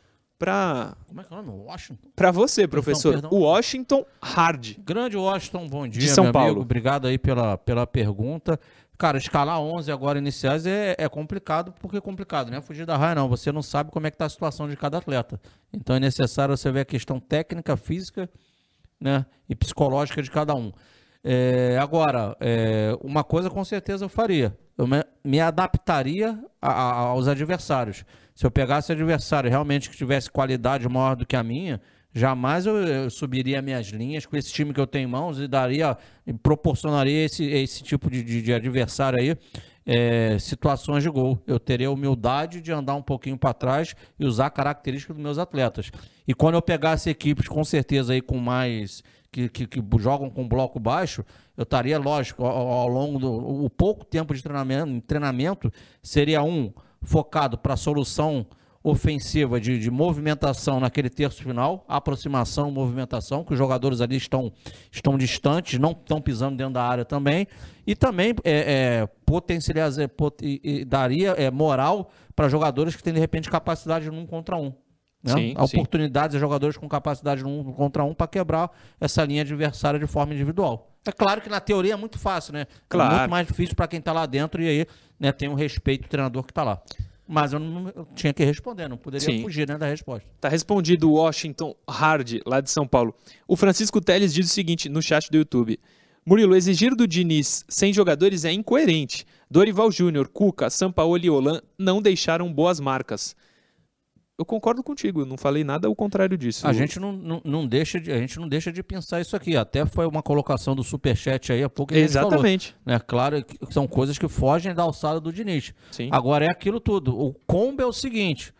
para... Como é que é o nome? Washington? Para você, professor. Perdão, perdão. O Washington Hard. Grande Washington, bom dia, de São meu Paulo. amigo. Obrigado aí pela, pela pergunta. Cara, escalar onze agora iniciais é, é complicado, porque é complicado, não é fugir da raia, não. Você não sabe como é que está a situação de cada atleta. Então é necessário você ver a questão técnica, física, né, e psicológica de cada um. É, agora, é, uma coisa com certeza eu faria. Eu me, me adaptaria a, a, aos adversários. Se eu pegasse adversário realmente que tivesse qualidade maior do que a minha, jamais eu, eu subiria minhas linhas com esse time que eu tenho em mãos e daria, e proporcionaria esse, esse tipo de, de, de adversário aí, é, situações de gol. Eu teria a humildade de andar um pouquinho para trás e usar características dos meus atletas. E quando eu pegasse equipes com certeza aí com mais... Que, que, que jogam com bloco baixo, eu estaria, lógico, ao, ao longo do o pouco tempo de treinamento, treinamento seria um focado para a solução ofensiva de, de movimentação naquele terço final, aproximação, movimentação, que os jogadores ali estão, estão distantes, não estão pisando dentro da área também, e também é, é, potencializar, pot, e, e daria é, moral para jogadores que têm de repente capacidade de um contra um. Né? Sim, a sim. oportunidade de jogadores com capacidade de um contra um para quebrar essa linha adversária de forma individual. É claro que na teoria é muito fácil, né? Claro. É muito mais difícil para quem está lá dentro e aí, né, tem um respeito do treinador que está lá. Mas eu, não, eu tinha que responder, não poderia Sim. fugir, né, da resposta. Tá respondido o Washington Hard, lá de São Paulo. O Francisco Teles diz o seguinte no chat do YouTube. Murilo, exigir do Diniz sem jogadores é incoerente. Dorival Júnior, Cuca, Sampaoli e Holan não deixaram boas marcas. Eu concordo contigo, não falei nada ao contrário disso. A gente não, não, não deixa de, a gente não deixa de pensar isso aqui. Até foi uma colocação do Superchat aí há pouco. Que Exatamente. A gente falou, né? Claro que são coisas que fogem da alçada do Diniz. Sim. Agora é aquilo tudo. O combo é o seguinte.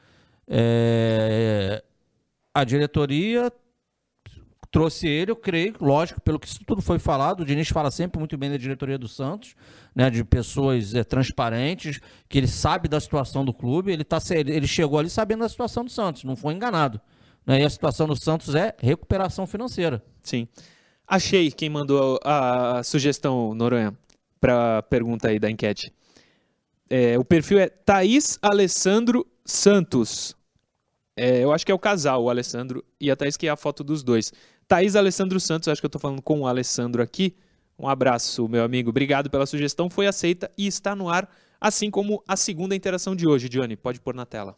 É, a diretoria trouxe ele, eu creio, lógico, pelo que isso tudo foi falado, o Diniz fala sempre muito bem da diretoria do Santos, né, de pessoas é, transparentes, que ele sabe da situação do clube, ele, tá, ele chegou ali sabendo da situação do Santos, não foi enganado. Né, e a situação do Santos é recuperação financeira. Sim. Achei quem mandou a sugestão, Noronha, para a pergunta aí da enquete. É, o perfil é Thaís Alessandro Santos. É, eu acho que é o casal, o Alessandro e a Thaís, que é a foto dos dois. Thaís Alessandro Santos, acho que eu estou falando com o Alessandro aqui. Um abraço, meu amigo. Obrigado pela sugestão. Foi aceita e está no ar, assim como a segunda interação de hoje. Johnny, pode pôr na tela.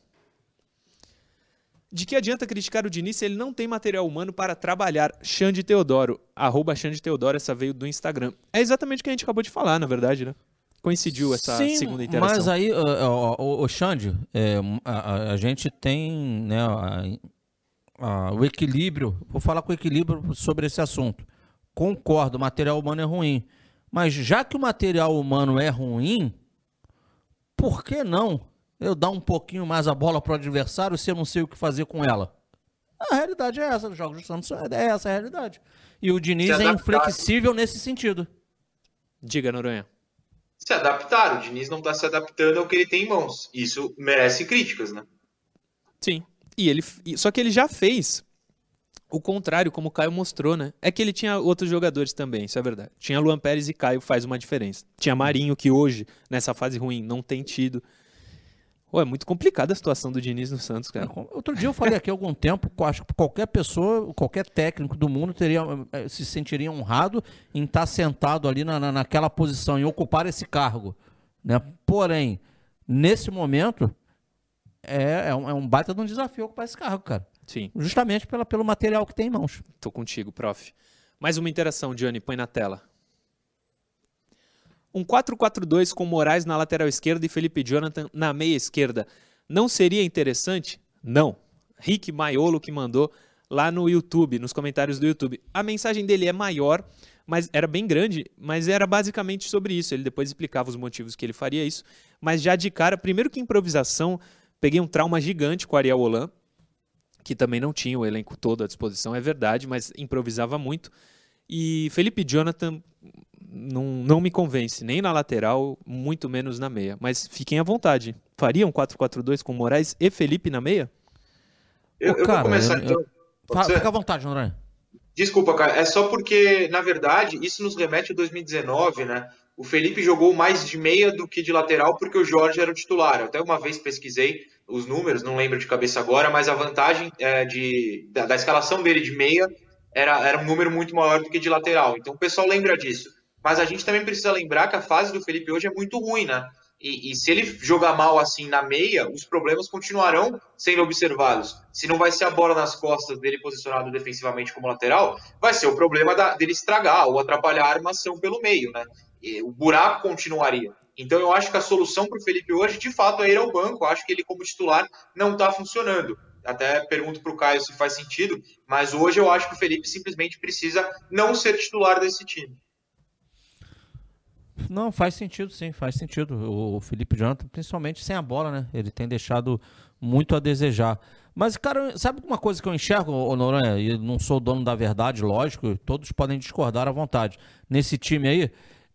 De que adianta criticar o Diniz se ele não tem material humano para trabalhar? Xande Teodoro, arroba Xande Teodoro, essa veio do Instagram. É exatamente o que a gente acabou de falar, na verdade, né? Coincidiu essa Sim, segunda interação. Mas aí, o Xande, é, a, a gente tem, né, a, a, o equilíbrio, vou falar com o equilíbrio sobre esse assunto. Concordo, o material humano é ruim. Mas já que o material humano é ruim, por que não eu dar um pouquinho mais a bola pro adversário se eu não sei o que fazer com ela? A realidade é essa, os jogos do Santos é essa a realidade. E o Diniz é inflexível nesse sentido. Diga, Noronha. Se adaptar, o Diniz não está se adaptando ao que ele tem em mãos. Isso merece críticas, né? Sim. E ele, só que ele já fez o contrário, como o Caio mostrou, né? É que ele tinha outros jogadores também, isso é verdade. Tinha Luan Pérez e Caio, faz uma diferença. Tinha Marinho, que hoje, nessa fase ruim, não tem tido. Pô, é muito complicada a situação do Diniz no Santos, cara. Outro dia eu falei aqui há algum tempo, acho que qualquer pessoa, qualquer técnico do mundo teria, se sentiria honrado em estar sentado ali na, na, naquela posição, em ocupar esse cargo, né? Porém, nesse momento, é, é, um, é um baita de um desafio ocupar esse cargo, cara. Sim. Justamente pela, pelo material que tem em mãos. Tô contigo, prof. Mais uma interação, Johnny, põe na tela. Um quatro quatro dois com Moraes na lateral esquerda e Felipe Jonathan na meia esquerda. Não seria interessante? Não. Rick Maiolo que mandou lá no YouTube, nos comentários do YouTube. A mensagem dele é maior, mas era bem grande, mas era basicamente sobre isso. Ele depois explicava os motivos que ele faria isso. Mas já de cara, primeiro que improvisação, peguei um trauma gigante com o Ariel Holan, que também não tinha o elenco todo à disposição, é verdade, mas improvisava muito. E Felipe Jonathan não, não me convence, nem na lateral, muito menos na meia. Mas fiquem à vontade. Faria um quatro quatro dois com Moraes e Felipe na meia? Eu, eu cara, vou começar eu, então. Eu, fica à vontade, Noronha. Desculpa, cara. É só porque, na verdade, isso nos remete a dois mil e dezenove, né? O Felipe jogou mais de meia do que de lateral porque o Jorge era o titular. Eu até uma vez pesquisei os números, não lembro de cabeça agora, mas a vantagem é, de, da, da escalação dele de meia era, era um número muito maior do que de lateral. Então o pessoal lembra disso. Mas a gente também precisa lembrar que a fase do Felipe hoje é muito ruim, né? E, e se ele jogar mal assim na meia, os problemas continuarão sendo observados. Se não vai ser a bola nas costas dele posicionado defensivamente como lateral, vai ser o problema da, dele estragar ou atrapalhar a armação pelo meio, né? E o buraco continuaria. Então eu acho que a solução para o Felipe hoje, de fato, é ir ao banco. Eu acho que ele como titular não está funcionando. Até pergunto para o Caio se faz sentido, mas hoje eu acho que o Felipe simplesmente precisa não ser titular desse time. Não, faz sentido, sim, faz sentido. O Felipe Jonathan, principalmente sem a bola, né? Ele tem deixado muito a desejar. Mas, cara, sabe uma coisa que eu enxergo, ô Noronha? E não sou dono da verdade, lógico, todos podem discordar à vontade. Nesse time aí,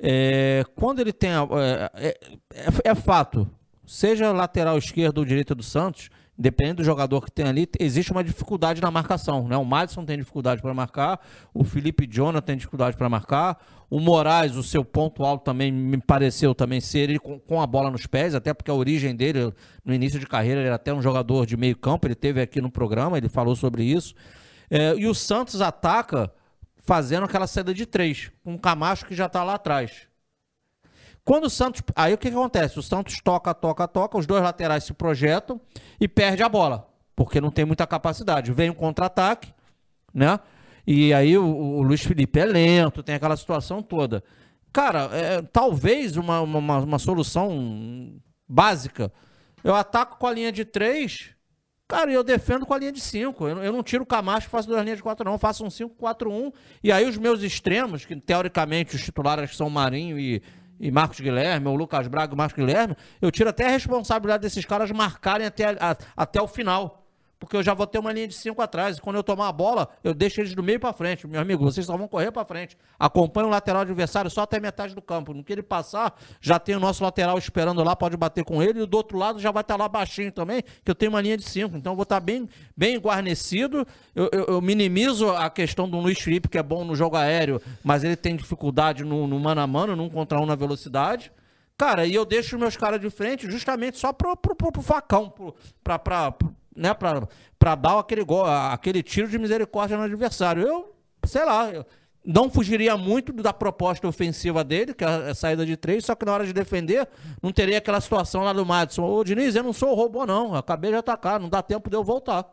é, quando ele tem... A, é, é, é fato, seja lateral esquerdo ou direita do Santos, dependendo do jogador que tem ali, existe uma dificuldade na marcação, né? O Madison tem dificuldade para marcar, o Felipe Jonathan tem dificuldade para marcar, o Moraes, o seu ponto alto também me pareceu também ser ele com, com a bola nos pés, até porque a origem dele, no início de carreira, ele era até um jogador de meio campo, ele teve aqui no programa, ele falou sobre isso. É, e o Santos ataca fazendo aquela saída de três, com o Camacho que já está lá atrás. Quando o Santos... Aí o que, que acontece? O Santos toca, toca, toca, os dois laterais se projetam e perde a bola, porque não tem muita capacidade. Vem um contra-ataque, né? E aí o, o Luiz Felipe é lento, tem aquela situação toda. Cara, é, talvez uma, uma, uma solução básica. Eu ataco com a linha de três, cara, e eu defendo com a linha de cinco. Eu, eu não tiro o Camacho e faço duas linhas de quatro, não. Eu faço um cinco quatro um. E aí os meus extremos, que teoricamente os titulares são Marinho e... e Marcos Guilherme, ou Lucas Braga e Marcos Guilherme, eu tiro até a responsabilidade desses caras marcarem até, a, até o final. Porque eu já vou ter uma linha de cinco atrás. E quando eu tomar a bola, eu deixo eles do meio para frente. Meu amigo, vocês só vão correr para frente. Acompanha o lateral adversário só até metade do campo. No que ele passar, já tem o nosso lateral esperando lá, pode bater com ele. E do outro lado já vai estar lá baixinho também, que eu tenho uma linha de cinco. Então eu vou estar bem, bem guarnecido. Eu, eu, eu minimizo a questão do Luiz Felipe, que é bom no jogo aéreo, mas ele tem dificuldade no, no mano a mano, num contra um na velocidade. Cara, e eu deixo os meus caras de frente justamente só pro, pro, pro, pro facão, pro, pra... pra, pra né, pra, pra dar aquele, gol, aquele tiro de misericórdia no adversário. Eu, sei lá, eu não fugiria muito da proposta ofensiva dele, que é a saída de três, só que na hora de defender, não teria aquela situação lá do Madison. Ô, Diniz, eu não sou o robô, não. Eu acabei de atacar, não dá tempo de eu voltar.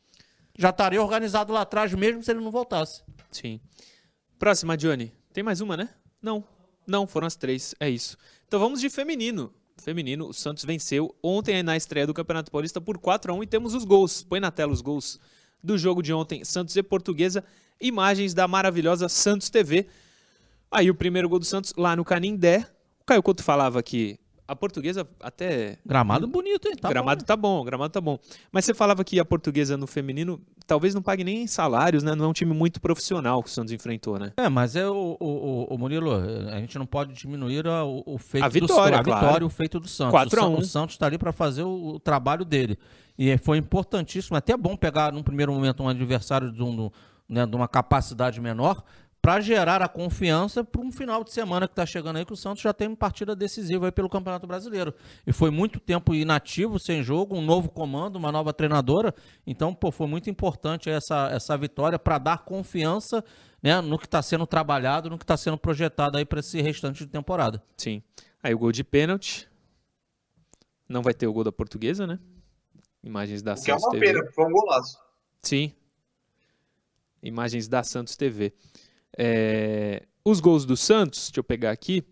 Já estaria organizado lá atrás mesmo se ele não voltasse. Sim. Próxima, Johnny. Tem mais uma, né? Não. Não, foram as três. É isso. Então vamos de feminino. Feminino, o Santos venceu ontem na estreia do Campeonato Paulista por quatro a um e temos os gols. Põe na tela os gols do jogo de ontem, Santos e Portuguesa, imagens da maravilhosa Santos T V. Aí o primeiro gol do Santos lá no Canindé. O Caio Couto falava que a Portuguesa até... Gramado bonito, hein? Tá gramado bom, tá bom, gramado tá bom. Mas você falava que a Portuguesa no feminino talvez não pague nem salários, né? Não é um time muito profissional que o Santos enfrentou, né? É, mas é o, o, o Murilo, a gente não pode diminuir a, o, o feito a vitória, do, a claro. vitória, o feito do Santos. quatro a um. O, o Santos está ali para fazer o, o trabalho dele. E foi importantíssimo, até bom pegar num primeiro momento um adversário de, um, né, de uma capacidade menor, para gerar a confiança para um final de semana que está chegando aí, que o Santos já tem uma partida decisiva aí pelo Campeonato Brasileiro. E foi muito tempo inativo, sem jogo, um novo comando, uma nova treinadora. Então, pô, foi muito importante essa, essa vitória para dar confiança, né, no que está sendo trabalhado, no que está sendo projetado aí para esse restante de temporada. Sim. Aí o gol de pênalti. Não vai ter o gol da Portuguesa, né? Imagens da O que é Santos uma T V. pena, foi um golaço. Sim. Imagens da Santos T V. É, os gols do Santos, deixa eu pegar aqui,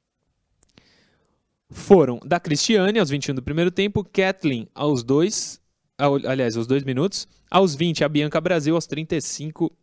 foram da Cristiane aos vinte e um do primeiro tempo, Kathleen aos dois, ao, aliás, aos dois minutos, aos vinte a Bianca Brasil, aos trinta e cinco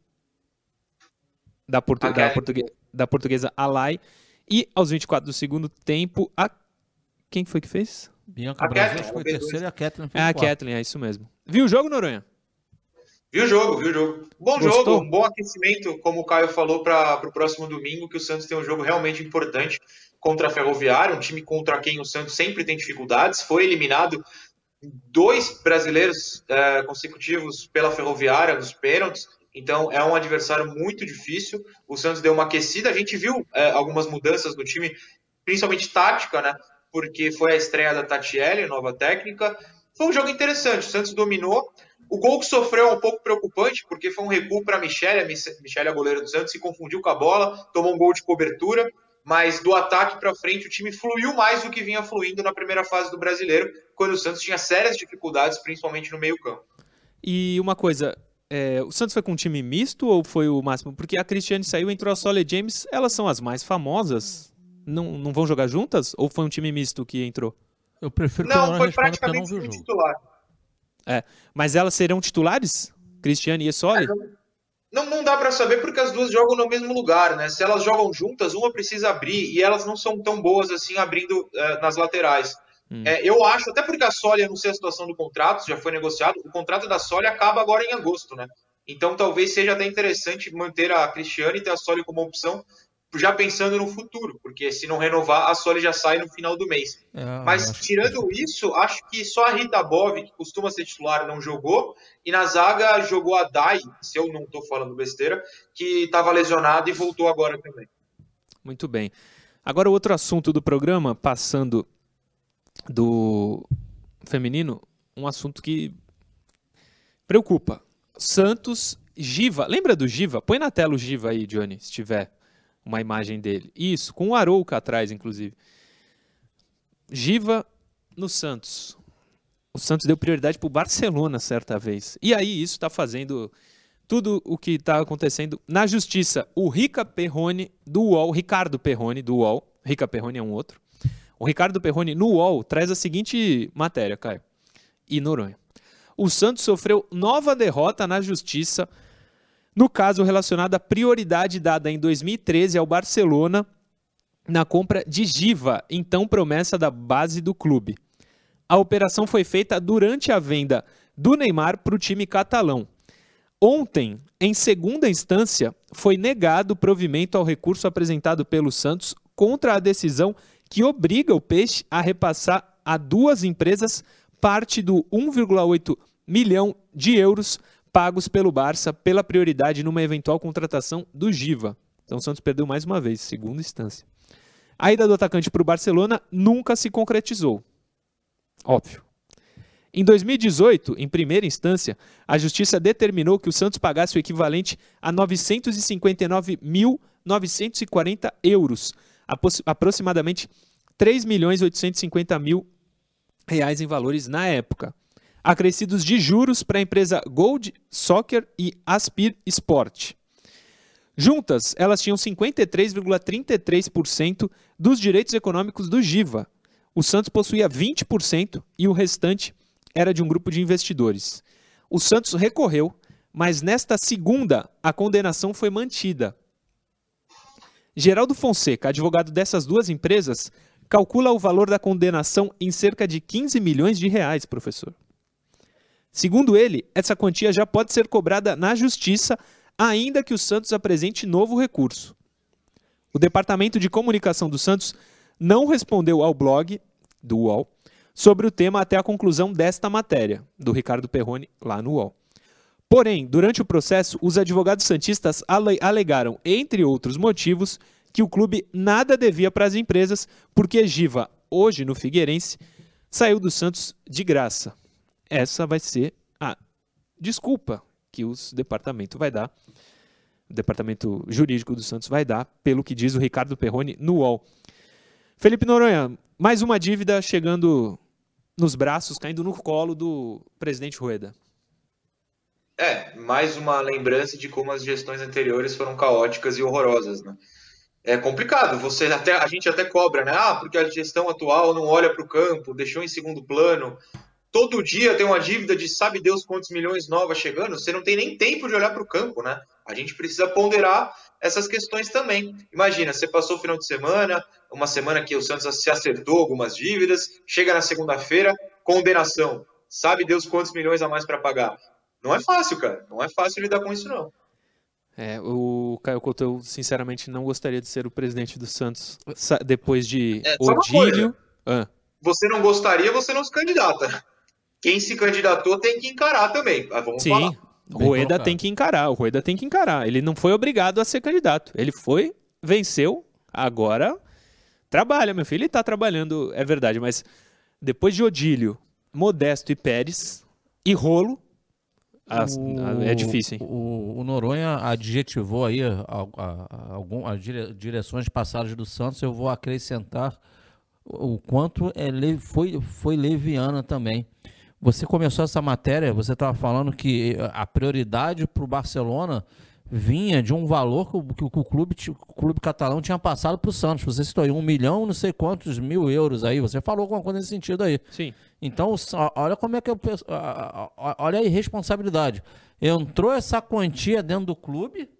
da, portu, da, portugue, da portuguesa Alai, e aos vinte e quatro do segundo tempo, a quem foi que fez? Bianca A Brasil Kathleen, foi fez terceira dois. e a Kathleen fez É a quatro. Kathleen, é isso mesmo. Viu o jogo, Noronha? Viu o jogo, viu o jogo. Bom Gostou? jogo, um bom aquecimento, como o Caio falou, para o próximo domingo, que o Santos tem um jogo realmente importante contra a Ferroviária, um time contra quem o Santos sempre tem dificuldades. Foi eliminado dois brasileiros é, consecutivos pela Ferroviária, nos pênaltis, então é um adversário muito difícil. O Santos deu uma aquecida, a gente viu é, algumas mudanças no time, principalmente tática, né? Porque foi a estreia da Tatiele, nova técnica. Foi um jogo interessante, o Santos dominou. O gol que sofreu é um pouco preocupante, porque foi um recuo para a Michele, a Michele, a goleira do Santos, se confundiu com a bola, tomou um gol de cobertura, mas do ataque para frente o time fluiu mais do que vinha fluindo na primeira fase do Brasileiro, quando o Santos tinha sérias dificuldades, principalmente no meio-campo. E uma coisa, é, o Santos foi com um time misto ou foi o máximo? Porque a Cristiane saiu, entrou a Sole James, elas são as mais famosas, não, não vão jogar juntas? Ou foi um time misto que entrou? Eu prefiro que eu Não, não foi responda porque eu não praticamente vi o o jogo. titular. É, mas elas serão titulares? Cristiane e Sole? Não, não dá para saber porque as duas jogam no mesmo lugar, né? Se elas jogam juntas, uma precisa abrir e elas não são tão boas assim abrindo é, nas laterais. Hum. É, eu acho, até porque a Sole, eu não sei a situação do contrato, já foi negociado, o contrato da Sole acaba agora em agosto, né? Então talvez seja até interessante manter a Cristiane e ter a Sole como opção, já pensando no futuro, porque se não renovar, a Sole já sai no final do mês. É, Mas acho tirando que... isso, acho que só a Rita Bove, que costuma ser titular, não jogou, e na zaga jogou a Dai, se eu não estou falando besteira, que estava lesionada e voltou agora também. Muito bem. Agora outro assunto do programa, passando do feminino, um assunto que preocupa. Santos, Giva, lembra do Giva? Põe na tela o Giva aí, Johnny, se tiver uma imagem dele. Isso, com o Arouca atrás, inclusive. Giva no Santos. O Santos deu prioridade para o Barcelona certa vez. E aí isso está fazendo tudo o que está acontecendo na justiça. O Rica Perrone do U O L, Ricardo Perrone do U O L, Rica Perrone é um outro. O Ricardo Perrone no U O L traz a seguinte matéria, Caio e Noronha. O Santos sofreu nova derrota na justiça no caso relacionado à prioridade dada em dois mil e treze ao Barcelona na compra de Giva, então promessa da base do clube. A operação foi feita durante a venda do Neymar para o time catalão. Ontem, em segunda instância, foi negado provimento ao recurso apresentado pelo Santos contra a decisão que obriga o Peixe a repassar a duas empresas parte do um vírgula oito milhão de euros pagos pelo Barça pela prioridade numa eventual contratação do Giva. Então o Santos perdeu mais uma vez, segunda instância. A ida do atacante para o Barcelona nunca se concretizou. Óbvio. Em dois mil e dezoito, em primeira instância, a Justiça determinou que o Santos pagasse o equivalente a novecentos e cinquenta e nove mil novecentos e quarenta euros, aproximadamente três milhões oitocentos e cinquenta mil reais em valores na época, acrescidos de juros para a empresa Gold Soccer e Aspir Sport. Juntas, elas tinham cinquenta e três vírgula trinta e três por cento dos direitos econômicos do Giva. O Santos possuía vinte por cento e o restante era de um grupo de investidores. O Santos recorreu, mas nesta segunda, a condenação foi mantida. Geraldo Fonseca, advogado dessas duas empresas, calcula o valor da condenação em cerca de quinze milhões de reais, professor. Segundo ele, essa quantia já pode ser cobrada na justiça, ainda que o Santos apresente novo recurso. O Departamento de Comunicação do Santos não respondeu ao blog do U O L sobre o tema até a conclusão desta matéria, do Ricardo Perrone, lá no U O L. Porém, durante o processo, os advogados santistas ale- alegaram, entre outros motivos, que o clube nada devia para as empresas, porque Giva, hoje no Figueirense, saiu do Santos de graça. Essa vai ser a desculpa que o departamento vai dar, o departamento jurídico do Santos vai dar, pelo que diz o Ricardo Perrone no U O L. Felipe Noronha, mais uma dívida chegando nos braços, caindo no colo do presidente Rueda. É, mais uma lembrança de como as gestões anteriores foram caóticas e horrorosas, né? É complicado, você até, a gente até cobra, né? Ah, porque a gestão atual não olha para o campo, deixou em segundo plano. Todo dia tem uma dívida de sabe Deus quantos milhões novas chegando, você não tem nem tempo de olhar para o campo, né? A gente precisa ponderar essas questões também. Imagina, você passou o final de semana, uma semana que o Santos se acertou algumas dívidas, chega na segunda-feira, condenação. Sabe Deus quantos milhões a mais para pagar. Não é fácil, cara. Não é fácil lidar com isso, não. É, o Caio Couto, eu sinceramente não gostaria de ser o presidente do Santos depois de é, só Odílio. Ah. Você não gostaria, você não se candidata. Quem se candidatou tem que encarar também. Ah, vamos Sim, falar. o Rueda tem que encarar. O Rueda tem que encarar. Ele não foi obrigado a ser candidato. Ele foi, venceu, agora trabalha, meu filho. Ele está trabalhando, é verdade, mas depois de Odílio, Modesto e Pérez e Rolo, As, o, é difícil, hein? O, o Noronha adjetivou aí a, a, a, algum, as dire, direções passadas do Santos. Eu vou acrescentar o quanto é, foi, foi leviana também. Você começou essa matéria, você estava falando que a prioridade para o Barcelona vinha de um valor que o, que o, clube, o clube catalão tinha passado para o Santos. Você citou aí um milhão, não sei quantos mil euros aí. Você falou alguma coisa nesse sentido aí. Sim. Então, olha como é que eu, olha a irresponsabilidade. Entrou essa quantia dentro do clube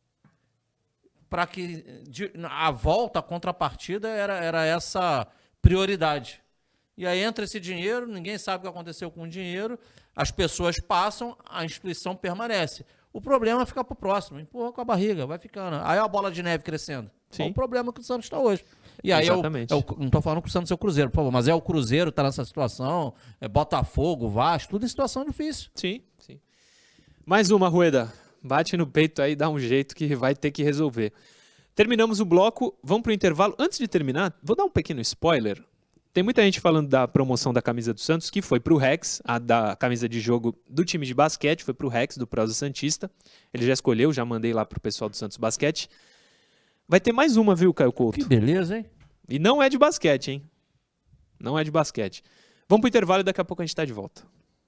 para que a volta, a contrapartida era, era essa prioridade. E aí entra esse dinheiro, ninguém sabe o que aconteceu com o dinheiro, as pessoas passam, a instituição permanece. O problema fica para o próximo, empurra com a barriga, vai ficando. Aí a bola de neve crescendo. Sim. É o problema que o Santos está hoje. E aí, é o, é o, não estou falando que o Santos é o Cruzeiro, por favor, mas é o Cruzeiro que está nessa situação, é Botafogo, Vasco, tudo em situação difícil. Sim, sim. Mais uma, Rueda. Bate no peito aí, dá um jeito que vai ter que resolver. Terminamos o bloco, vamos para o intervalo. Antes de terminar, vou dar um pequeno spoiler. Tem muita gente falando da promoção da camisa do Santos, que foi para o Rex, a da camisa de jogo do time de basquete, foi para o Rex, do Prosa Santista. Ele já escolheu, já mandei lá para o pessoal do Santos Basquete. Vai ter mais uma, viu, Caio Couto? Que beleza, hein? E não é de basquete, hein? Não é de basquete. Vamos para o intervalo e daqui a pouco a gente está de volta.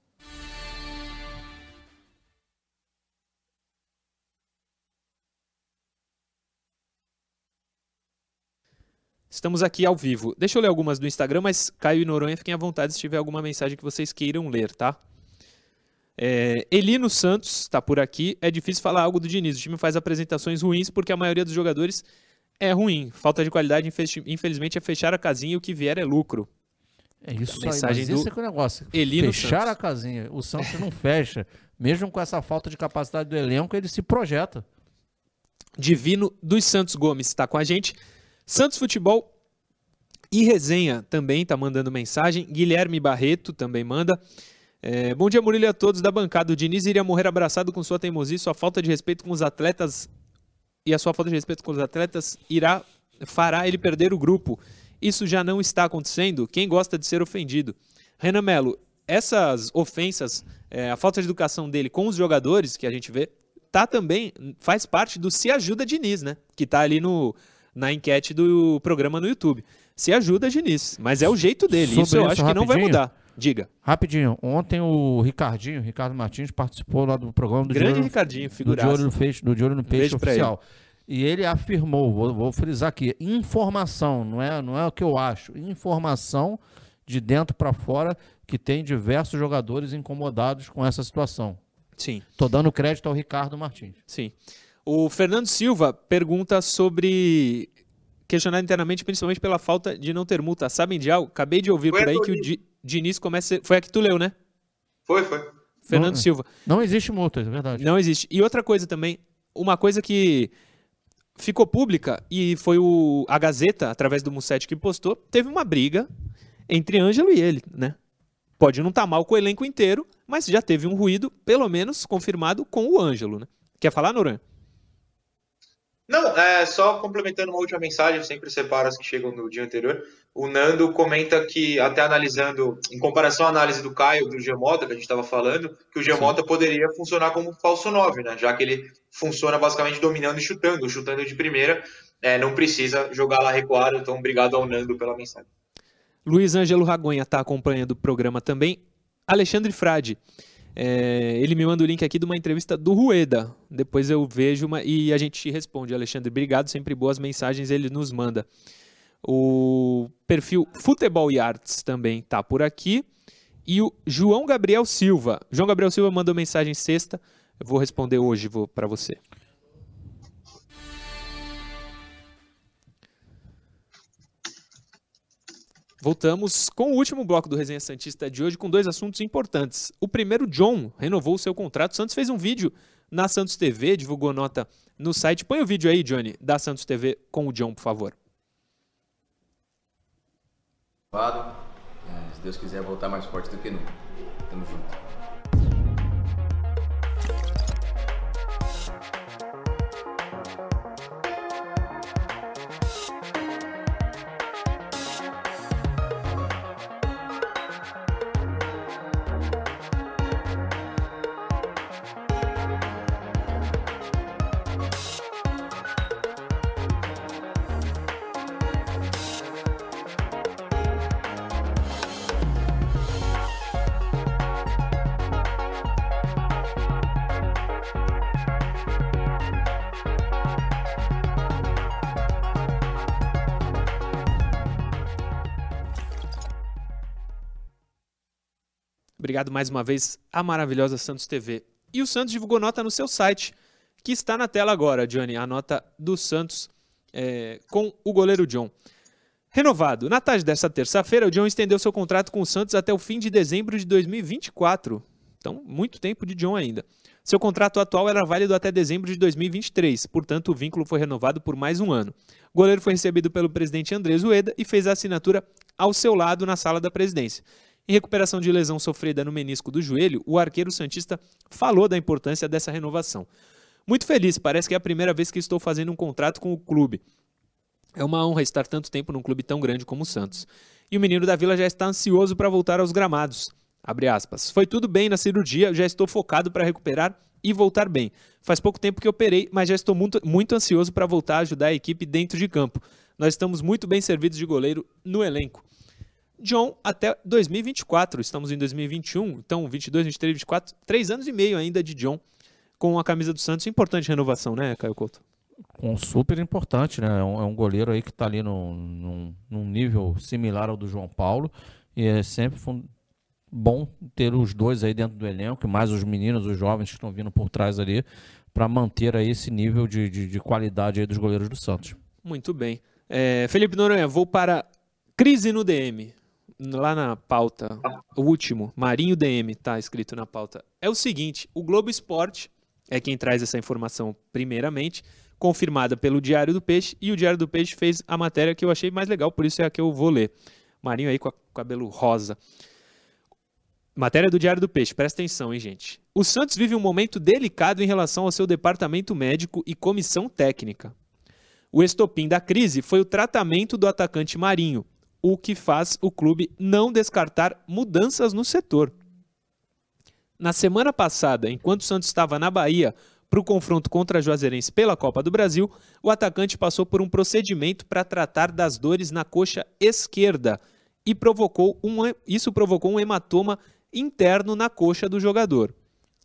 Estamos aqui ao vivo. Deixa eu ler algumas do Instagram, mas Caio e Noronha, fiquem à vontade se tiver alguma mensagem que vocês queiram ler, tá? É, Elino Santos está por aqui. É difícil falar algo do Diniz. O time faz apresentações ruins porque a maioria dos jogadores é ruim. Falta de qualidade, infelizmente, é fechar a casinha e o que vier é lucro. É isso a mensagem aí, mas do esse é o negócio. Elino Fechar Santos. a casinha. O Santos não fecha. Mesmo com essa falta de capacidade do elenco, ele se projeta. Divino dos Santos Gomes está com a gente. Santos Futebol e Resenha também está mandando mensagem. Guilherme Barreto também manda. É, bom dia, Murilo, a todos da bancada. O Diniz iria morrer abraçado com sua teimosia e sua falta de respeito com os atletas. E a sua falta de respeito com os atletas irá, fará ele perder o grupo. Isso já não está acontecendo. Quem gosta de ser ofendido? Renan Melo, essas ofensas, é, a falta de educação dele com os jogadores que a gente vê, tá também, faz parte do Se Ajuda Diniz, né? Que tá ali no, na enquete do programa no YouTube. Se ajuda Diniz, mas é o jeito dele. Sobre isso eu isso, acho que não vai mudar. Diga. Rapidinho, ontem o Ricardinho, Ricardo Martins, participou lá do programa do Grande de olho, Ricardinho, figuraço. Do De Olho no Peixe, do De Olho no Peixe oficial. E ele afirmou, vou, vou frisar aqui, informação, não é, não é o que eu acho, informação de dentro para fora que tem diversos jogadores incomodados com essa situação. Sim. Tô dando crédito ao Ricardo Martins. Sim. O Fernando Silva pergunta sobre questionado internamente, principalmente pela falta de não ter multa. Sabem de algo? Acabei de ouvir Foi por aí a que o Diniz. Di- Diniz começa... Foi a que tu leu, né? Foi, foi. Fernando Não, Silva. Não existe multa, é verdade. Não existe. E outra coisa também, uma coisa que ficou pública e foi o, a Gazeta, através do Musetti, que postou, teve uma briga entre Ângelo e ele, né? Pode não estar mal com o elenco inteiro, mas já teve um ruído, pelo menos, confirmado com o Ângelo, né? Quer falar, Noronha? Não, é, só complementando uma última mensagem, eu sempre separo as que chegam no dia anterior. O Nando comenta que, até analisando, em comparação à análise do Caio, do Giamota, que a gente estava falando, que o Giamota poderia funcionar como falso nove, né? Já que ele funciona basicamente dominando e chutando, chutando de primeira, é, não precisa jogar lá recuado. Então, obrigado ao Nando pela mensagem. Luiz Ângelo Ragonha está acompanhando o programa também. Alexandre Frade. É, ele me manda o link aqui de uma entrevista do Rueda. Depois eu vejo uma, e a gente responde. Alexandre, obrigado. Sempre boas mensagens ele nos manda. O perfil Futebol e Arts também está por aqui. E o João Gabriel Silva. João Gabriel Silva mandou mensagem sexta. Eu vou responder hoje para você. Voltamos com o último bloco do Resenha Santista de hoje com dois assuntos importantes. O primeiro, John renovou o seu contrato. O Santos fez um vídeo na Santos T V, divulgou nota no site. Põe o vídeo aí, Johnny, da Santos T V com o John, por favor. É, se Deus quiser voltar mais forte do que nunca. Tamo junto. Obrigado mais uma vez à maravilhosa Santos T V. E o Santos divulgou nota no seu site, que está na tela agora, Johnny, a nota do Santos é, com o goleiro John. Renovado. Na tarde desta terça-feira, o John estendeu seu contrato com o Santos até o fim de dezembro de dois mil e vinte e quatro. Então, muito tempo de John ainda. Seu contrato atual era válido até dezembro de dois mil e vinte e três, portanto, o vínculo foi renovado por mais um ano. O goleiro foi recebido pelo presidente Andrés Rueda e fez a assinatura ao seu lado na sala da presidência. Em recuperação de lesão sofrida no menisco do joelho, o arqueiro santista falou da importância dessa renovação. Muito feliz, parece que é a primeira vez que estou fazendo um contrato com o clube. É uma honra estar tanto tempo num clube tão grande como o Santos. E o menino da Vila já está ansioso para voltar aos gramados. Abre aspas. Foi tudo bem na cirurgia, já estou focado para recuperar e voltar bem. Faz pouco tempo que operei, mas já estou muito, muito ansioso para voltar a ajudar a equipe dentro de campo. Nós estamos muito bem servidos de goleiro no elenco. John até dois mil e vinte e quatro, estamos em dois mil e vinte e um, então vinte e dois, vinte e três, vinte e quatro, três anos e meio ainda de John com a camisa do Santos. Importante renovação, né, Caio Couto? Um super importante, né? É um, é um goleiro aí que está ali no, num, num nível similar ao do João Paulo e é sempre fun- bom ter os dois aí dentro do elenco, mais os meninos, os jovens que estão vindo por trás ali para manter aí esse nível de, de, de qualidade aí dos goleiros do Santos. Muito bem. É, Felipe Noronha, vou para crise no D M. Lá na pauta, o último, Marinho D M, tá escrito na pauta. É o seguinte, o Globo Esporte é quem traz essa informação primeiramente, confirmada pelo Diário do Peixe, e o Diário do Peixe fez a matéria que eu achei mais legal, por isso é a que eu vou ler. Marinho aí com o cabelo rosa. Matéria do Diário do Peixe, presta atenção, hein, gente. O Santos vive um momento delicado em relação ao seu departamento médico e comissão técnica. O estopim da crise foi o tratamento do atacante Marinho, o que faz o clube não descartar mudanças no setor. Na semana passada, enquanto o Santos estava na Bahia para o confronto contra a Juazeirense pela Copa do Brasil, o atacante passou por um procedimento para tratar das dores na coxa esquerda e provocou um, isso provocou um hematoma interno na coxa do jogador.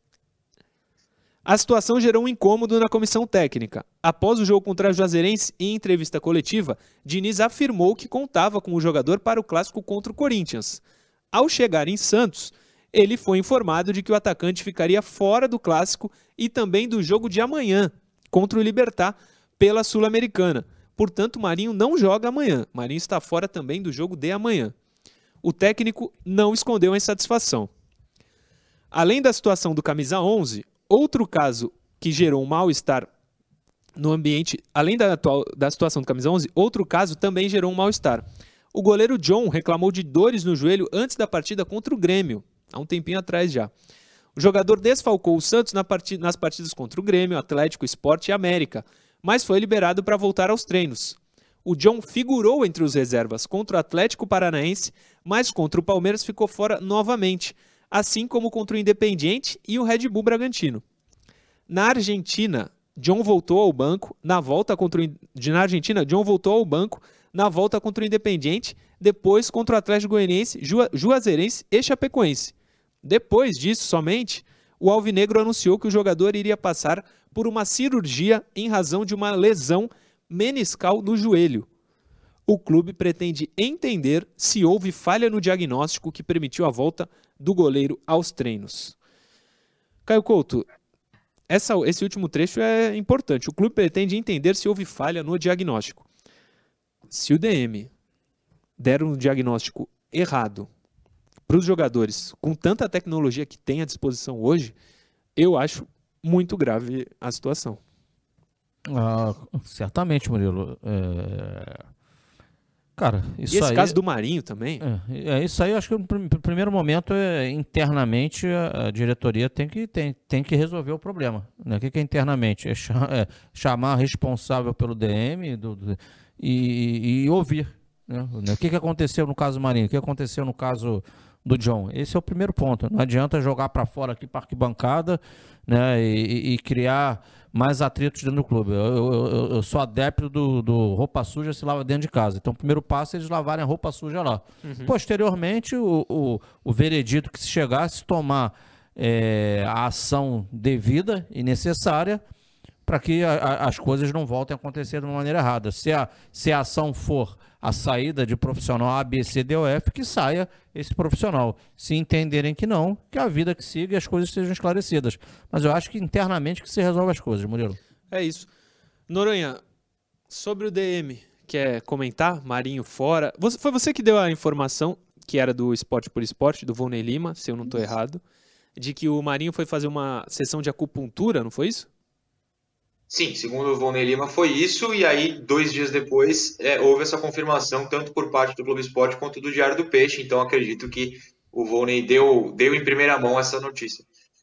A situação gerou um incômodo na comissão técnica. Após o jogo contra a Juazeirense, em entrevista coletiva, Diniz afirmou que contava com o jogador para o clássico contra o Corinthians. Ao chegar em Santos, ele foi informado de que o atacante ficaria fora do clássico e também do jogo de amanhã, contra o Libertad, pela Sul-Americana, Portanto, o Marinho não joga amanhã. O Marinho está fora também do jogo de amanhã. O técnico não escondeu a insatisfação. Além da situação do camisa onze, outro caso que gerou um mal-estar no ambiente, além da, atual, da situação do camisa onze, outro caso também gerou um mal-estar. O goleiro John reclamou de dores no joelho antes da partida contra o Grêmio, há um tempinho atrás já. O jogador desfalcou o Santos na partida, nas partidas contra o Grêmio, Atlético, Sport e América, mas foi liberado para voltar aos treinos. O John figurou entre os reservas contra o Atlético Paranaense, mas contra o Palmeiras ficou fora novamente, assim como contra o Independiente e o Red Bull Bragantino. Na Argentina, John voltou ao banco na volta contra o na Argentina, John voltou ao banco na volta contra o Independiente, depois contra o Atlético Goianiense, Ju, Juazeirense e Chapecoense. Depois disso, somente, o alvinegro anunciou que o jogador iria passar por uma cirurgia em razão de uma lesão meniscal no joelho. O clube pretende entender se houve falha no diagnóstico que permitiu a volta do goleiro aos treinos. Caio Couto, essa, esse último trecho é importante. O clube pretende entender se houve falha no diagnóstico. Se o D M der um diagnóstico errado para os jogadores, com tanta tecnologia que tem à disposição hoje, eu acho muito grave a situação. Ah, certamente, Murilo. É... Cara, isso e esse aí... caso do Marinho também? É, é isso aí, eu acho que no pr primeiro momento, é, internamente, a, a diretoria tem que, tem, tem que resolver o problema. Né? O que, que é internamente? É, ch é chamar responsável pelo D M do, do, e, e ouvir. Né? O que, que aconteceu no caso do Marinho? O que aconteceu no caso do John? Esse é o primeiro ponto. Não adianta jogar para fora aqui para arquibancada, né? e, e criar mais atritos dentro do clube. Eu, eu, eu sou adepto do, do roupa suja se lava dentro de casa. Então o primeiro passo é eles lavarem a roupa suja lá. Uhum. Posteriormente, o, o, o veredito que se chegar, se tomar é, a ação devida e necessária para que a, a, as coisas não voltem a acontecer de uma maneira errada. Se a, se a ação for a saída de profissional A, B, C, D ou F, que saia esse profissional. Se entenderem que não, que a vida que siga e as coisas sejam esclarecidas. Mas eu acho que internamente que se resolve as coisas, Murilo. É isso. Noronha, sobre o D M, quer comentar? Marinho fora. Você, foi você que deu a informação, que era do Esporte por Esporte, do Volney Lima, se eu não estou errado, de que o Marinho foi fazer uma sessão de acupuntura, não foi isso? Sim, segundo o Volney Lima foi isso, e aí dois dias depois é, houve essa confirmação tanto por parte do Globo Esporte quanto do Diário do Peixe, então acredito que o Volney deu, deu em primeira mão essa notícia.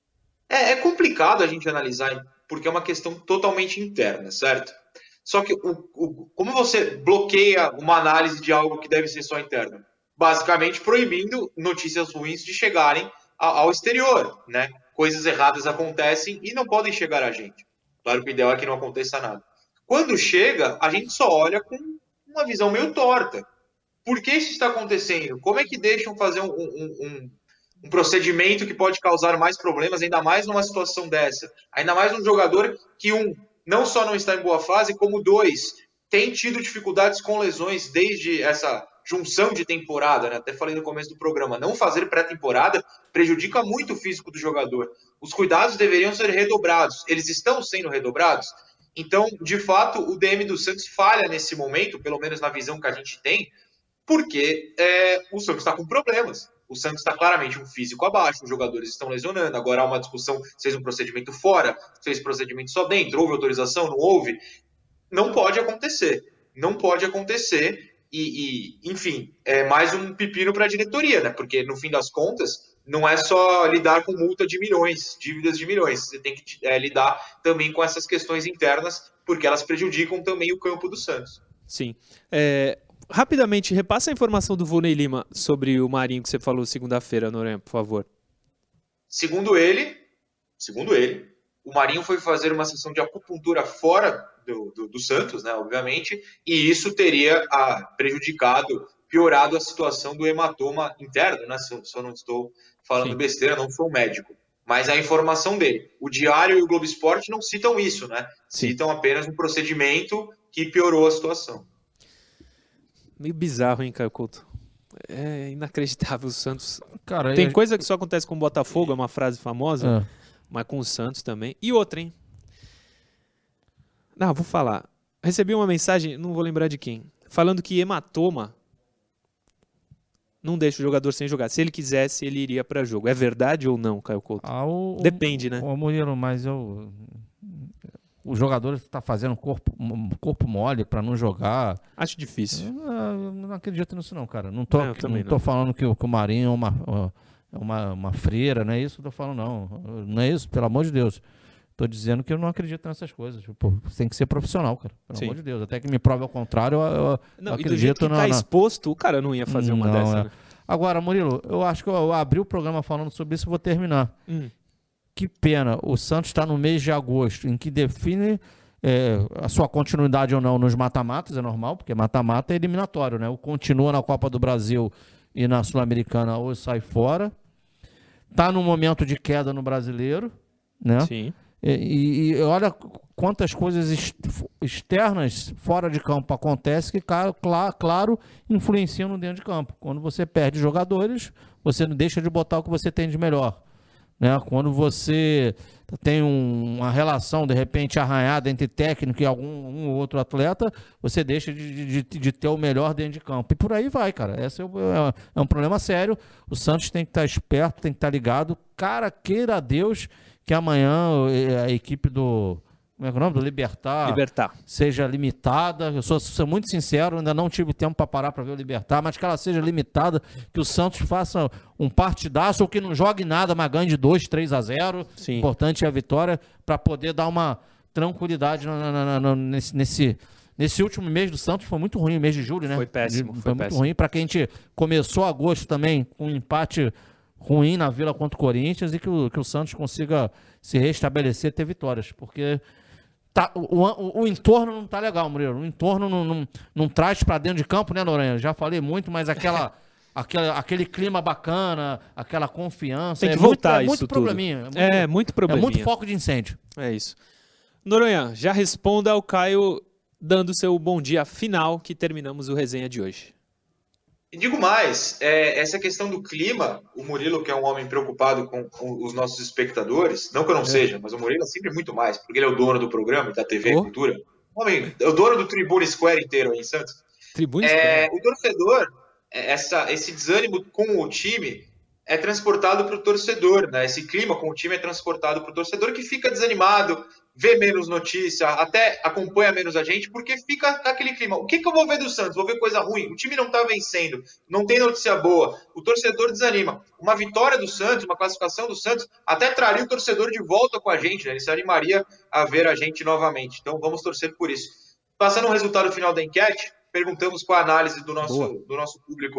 É, é complicado a gente analisar, porque é uma questão totalmente interna, certo? Só que o, o, como você bloqueia uma análise de algo que deve ser só interno? Basicamente proibindo notícias ruins de chegarem ao, ao exterior, né? Coisas erradas acontecem e não podem chegar a gente. Claro que o ideal é que não aconteça nada. Quando chega, a gente só olha com uma visão meio torta. Por que isso está acontecendo? Como é que deixam fazer um, um, um, um procedimento que pode causar mais problemas, ainda mais numa situação dessa? Ainda mais um jogador que, um, não só não está em boa fase, como dois, tem tido dificuldades com lesões desde essa junção de temporada, né? Até falei no começo do programa, não fazer pré-temporada prejudica muito o físico do jogador. Os cuidados deveriam ser redobrados. Eles estão sendo redobrados? Então, de fato, o D M do Santos falha nesse momento, pelo menos na visão que a gente tem, porque é, o Santos está com problemas. O Santos está claramente um físico abaixo, os jogadores estão lesionando, agora há uma discussão se fez um procedimento fora, se fez procedimento só dentro, houve autorização, não houve. Não pode acontecer. Não pode acontecer. E, e, enfim, é mais um pepino para a diretoria, né? Porque, no fim das contas, não é só lidar com multa de milhões, dívidas de milhões. Você tem que é, lidar também com essas questões internas, porque elas prejudicam também o campo do Santos. Sim. É, rapidamente, repassa a informação do Volney Lima sobre o Marinho que você falou segunda-feira, Noronha, por favor. Segundo ele, segundo ele, o Marinho foi fazer uma sessão de acupuntura fora do, do, do Santos, né, obviamente, e isso teria ah, prejudicado, piorado a situação do hematoma interno, né, se eu, se eu não estou falando Sim. besteira, não sou médico. Mas a informação dele. O Diário e o Globo Esporte não citam isso, né? Sim. Citam apenas um procedimento que piorou a situação. Meio bizarro, hein, Caio Couto? É inacreditável o Santos. Cara, Tem eu... coisa que só acontece com o Botafogo, é uma frase famosa, é. mas com o Santos também. E outra, hein? Não, vou falar. recebi uma mensagem, não vou lembrar de quem, falando que hematoma não deixa o jogador sem jogar. Se ele quisesse, ele iria para jogo. É verdade ou não, Caio Couto? Ah, o, Depende, né? O Murilo, mas eu... O jogador está fazendo corpo, corpo mole para não jogar. Acho difícil. Eu, eu não acredito nisso não, cara. Não tô, É, eu também não tô não. falando que, o- que o Marinho é uma, é uma, uma freira, não é isso que eu tô falando, não. Não é isso, pelo amor de Deus. Tô dizendo que eu não acredito nessas coisas. Pô, você tem que ser profissional, cara. Pelo Sim. amor de Deus. Até que me prove ao contrário, eu, eu Não, e acredito do jeito que na, tá na- exposto, o cara não ia fazer uma Não, dessa, é. né? Agora, Murilo, eu acho que eu, eu abri o programa falando sobre isso e vou terminar. Hum. Que pena, o Santos está no mês de agosto, em que define é, a sua continuidade ou não nos mata-matas, é normal, porque mata-mata é eliminatório, né? O continua na Copa do Brasil e na Sul-Americana ou sai fora. Está num momento de queda no Brasileiro, né? Sim. E, e- e olha quantas coisas ex- externas fora de campo acontecem que, ca- cla- claro, influenciam no dentro de campo. Quando você perde jogadores, você não deixa de botar o que você tem de melhor, né? Quando você tem um- uma relação, de repente, arranhada entre técnico e algum um ou outro atleta, você deixa de, de- de ter o melhor dentro de campo. E por aí vai, cara. Esse é, o- é- é um problema sério. O Santos tem que estar esperto, tem que estar ligado. Cara, queira a Deus que amanhã eh, a equipe do... Como é que é o nome? Do Libertar Libertar. seja limitada. Eu sou, sou muito sincero, ainda não tive tempo para parar para ver o Libertar, mas que ela seja limitada, que o Santos faça um partidaço ou que não jogue nada, mas ganhe de dois, três a zero. Sim. Importante é a vitória para poder dar uma tranquilidade na- na- na- na- nesse, nesse, nesse último mês do Santos. Foi muito ruim o mês de julho, né? Foi péssimo, Foi, foi muito péssimo. ruim para que a gente começou agosto também com um empate ruim na Vila contra o Corinthians e que o, que o Santos consiga se restabelecer e ter vitórias, porque tá, o, o, o entorno não tá legal, Murilo. O entorno não, não, não traz para dentro de campo, né, Noronha? Já falei muito, mas aquela, aquela, aquele clima bacana, aquela confiança. Tem que é voltar muito, é isso muito tudo. probleminha. É muito, É, muito é probleminha. muito foco de incêndio. É isso. Noronha, já responda ao Caio dando seu bom dia final, que terminamos o resenha de hoje. E digo mais, é, essa questão do clima, o Murilo, que é um homem preocupado com, com os nossos espectadores, não que eu não seja, mas o Murilo é sempre muito mais, porque ele é o dono do programa, da T V Oh. Cultura. Homem, é o dono do Tribune Square inteiro aí em Santos. Tribune É, Square. o torcedor, é, essa, esse desânimo com o time é transportado para o torcedor, né? Esse clima com o time é transportado para o torcedor que fica desanimado, vê menos notícia, até acompanha menos a gente, porque fica naquele clima. O que, que eu vou ver do Santos? Vou ver coisa ruim. O time não está vencendo, não tem notícia boa. O torcedor desanima. Uma vitória do Santos, uma classificação do Santos, até traria o torcedor de volta com a gente, né? Ele se animaria a ver a gente novamente. Então vamos torcer por isso. Passando o resultado final da enquete, perguntamos qual a análise do nosso, do nosso público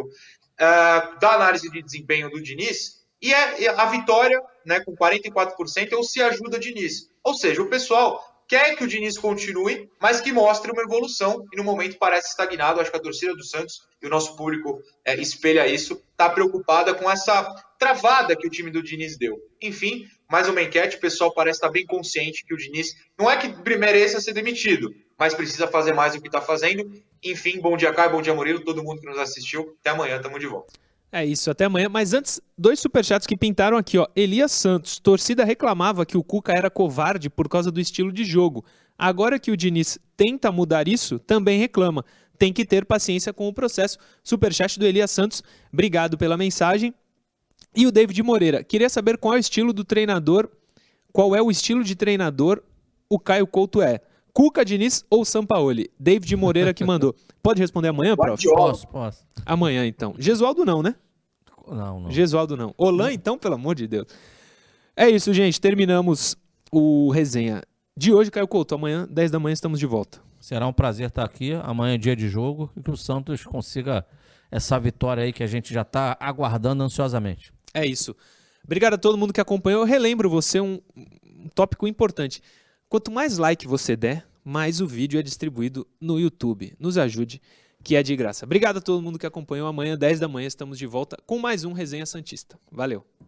uh, da análise de desempenho do Diniz, e é a vitória, né, com quarenta e quatro por cento, ou se ajuda o Diniz. Ou seja, o pessoal quer que o Diniz continue, mas que mostre uma evolução, e no momento parece estagnado. Acho que a torcida do Santos e o nosso público é, espelha isso, está preocupada com essa travada que o time do Diniz deu. Enfim, mais uma enquete, o pessoal parece estar bem consciente que o Diniz não é que mereça ser demitido, mas precisa fazer mais do que está fazendo. Enfim, bom dia, Caio, bom dia, Murilo, todo mundo que nos assistiu. Até amanhã, tamo de volta. É isso, até amanhã. Mas antes, dois superchats que pintaram aqui, ó. Elias Santos, torcida reclamava que o Cuca era covarde por causa do estilo de jogo. Agora que o Diniz tenta mudar isso, também reclama. Tem que ter paciência com o processo. Superchat do Elias Santos, obrigado pela mensagem. E o David Moreira, queria saber qual é o estilo do treinador, qual é o estilo de treinador o Caio Couto é. Cuca, Diniz ou Sampaoli? David Moreira que mandou. Pode responder amanhã, prof? Posso, posso. Amanhã, então. Gesualdo não, né? Não, não. Gesualdo não. Olan, então, pelo amor de Deus. É isso, gente. Terminamos o resenha de hoje, Caio Couto. Amanhã, dez da manhã, estamos de volta. Será um prazer estar aqui. Amanhã é dia de jogo e que o Santos consiga essa vitória aí que a gente já está aguardando ansiosamente. É isso. Obrigado a todo mundo que acompanhou. Eu relembro você um, um tópico importante. Quanto mais like você der, mais o vídeo é distribuído no YouTube. Nos ajude, que é de graça. Obrigado a todo mundo que acompanhou. Amanhã, dez da manhã, estamos de volta com mais um Resenha Santista. Valeu.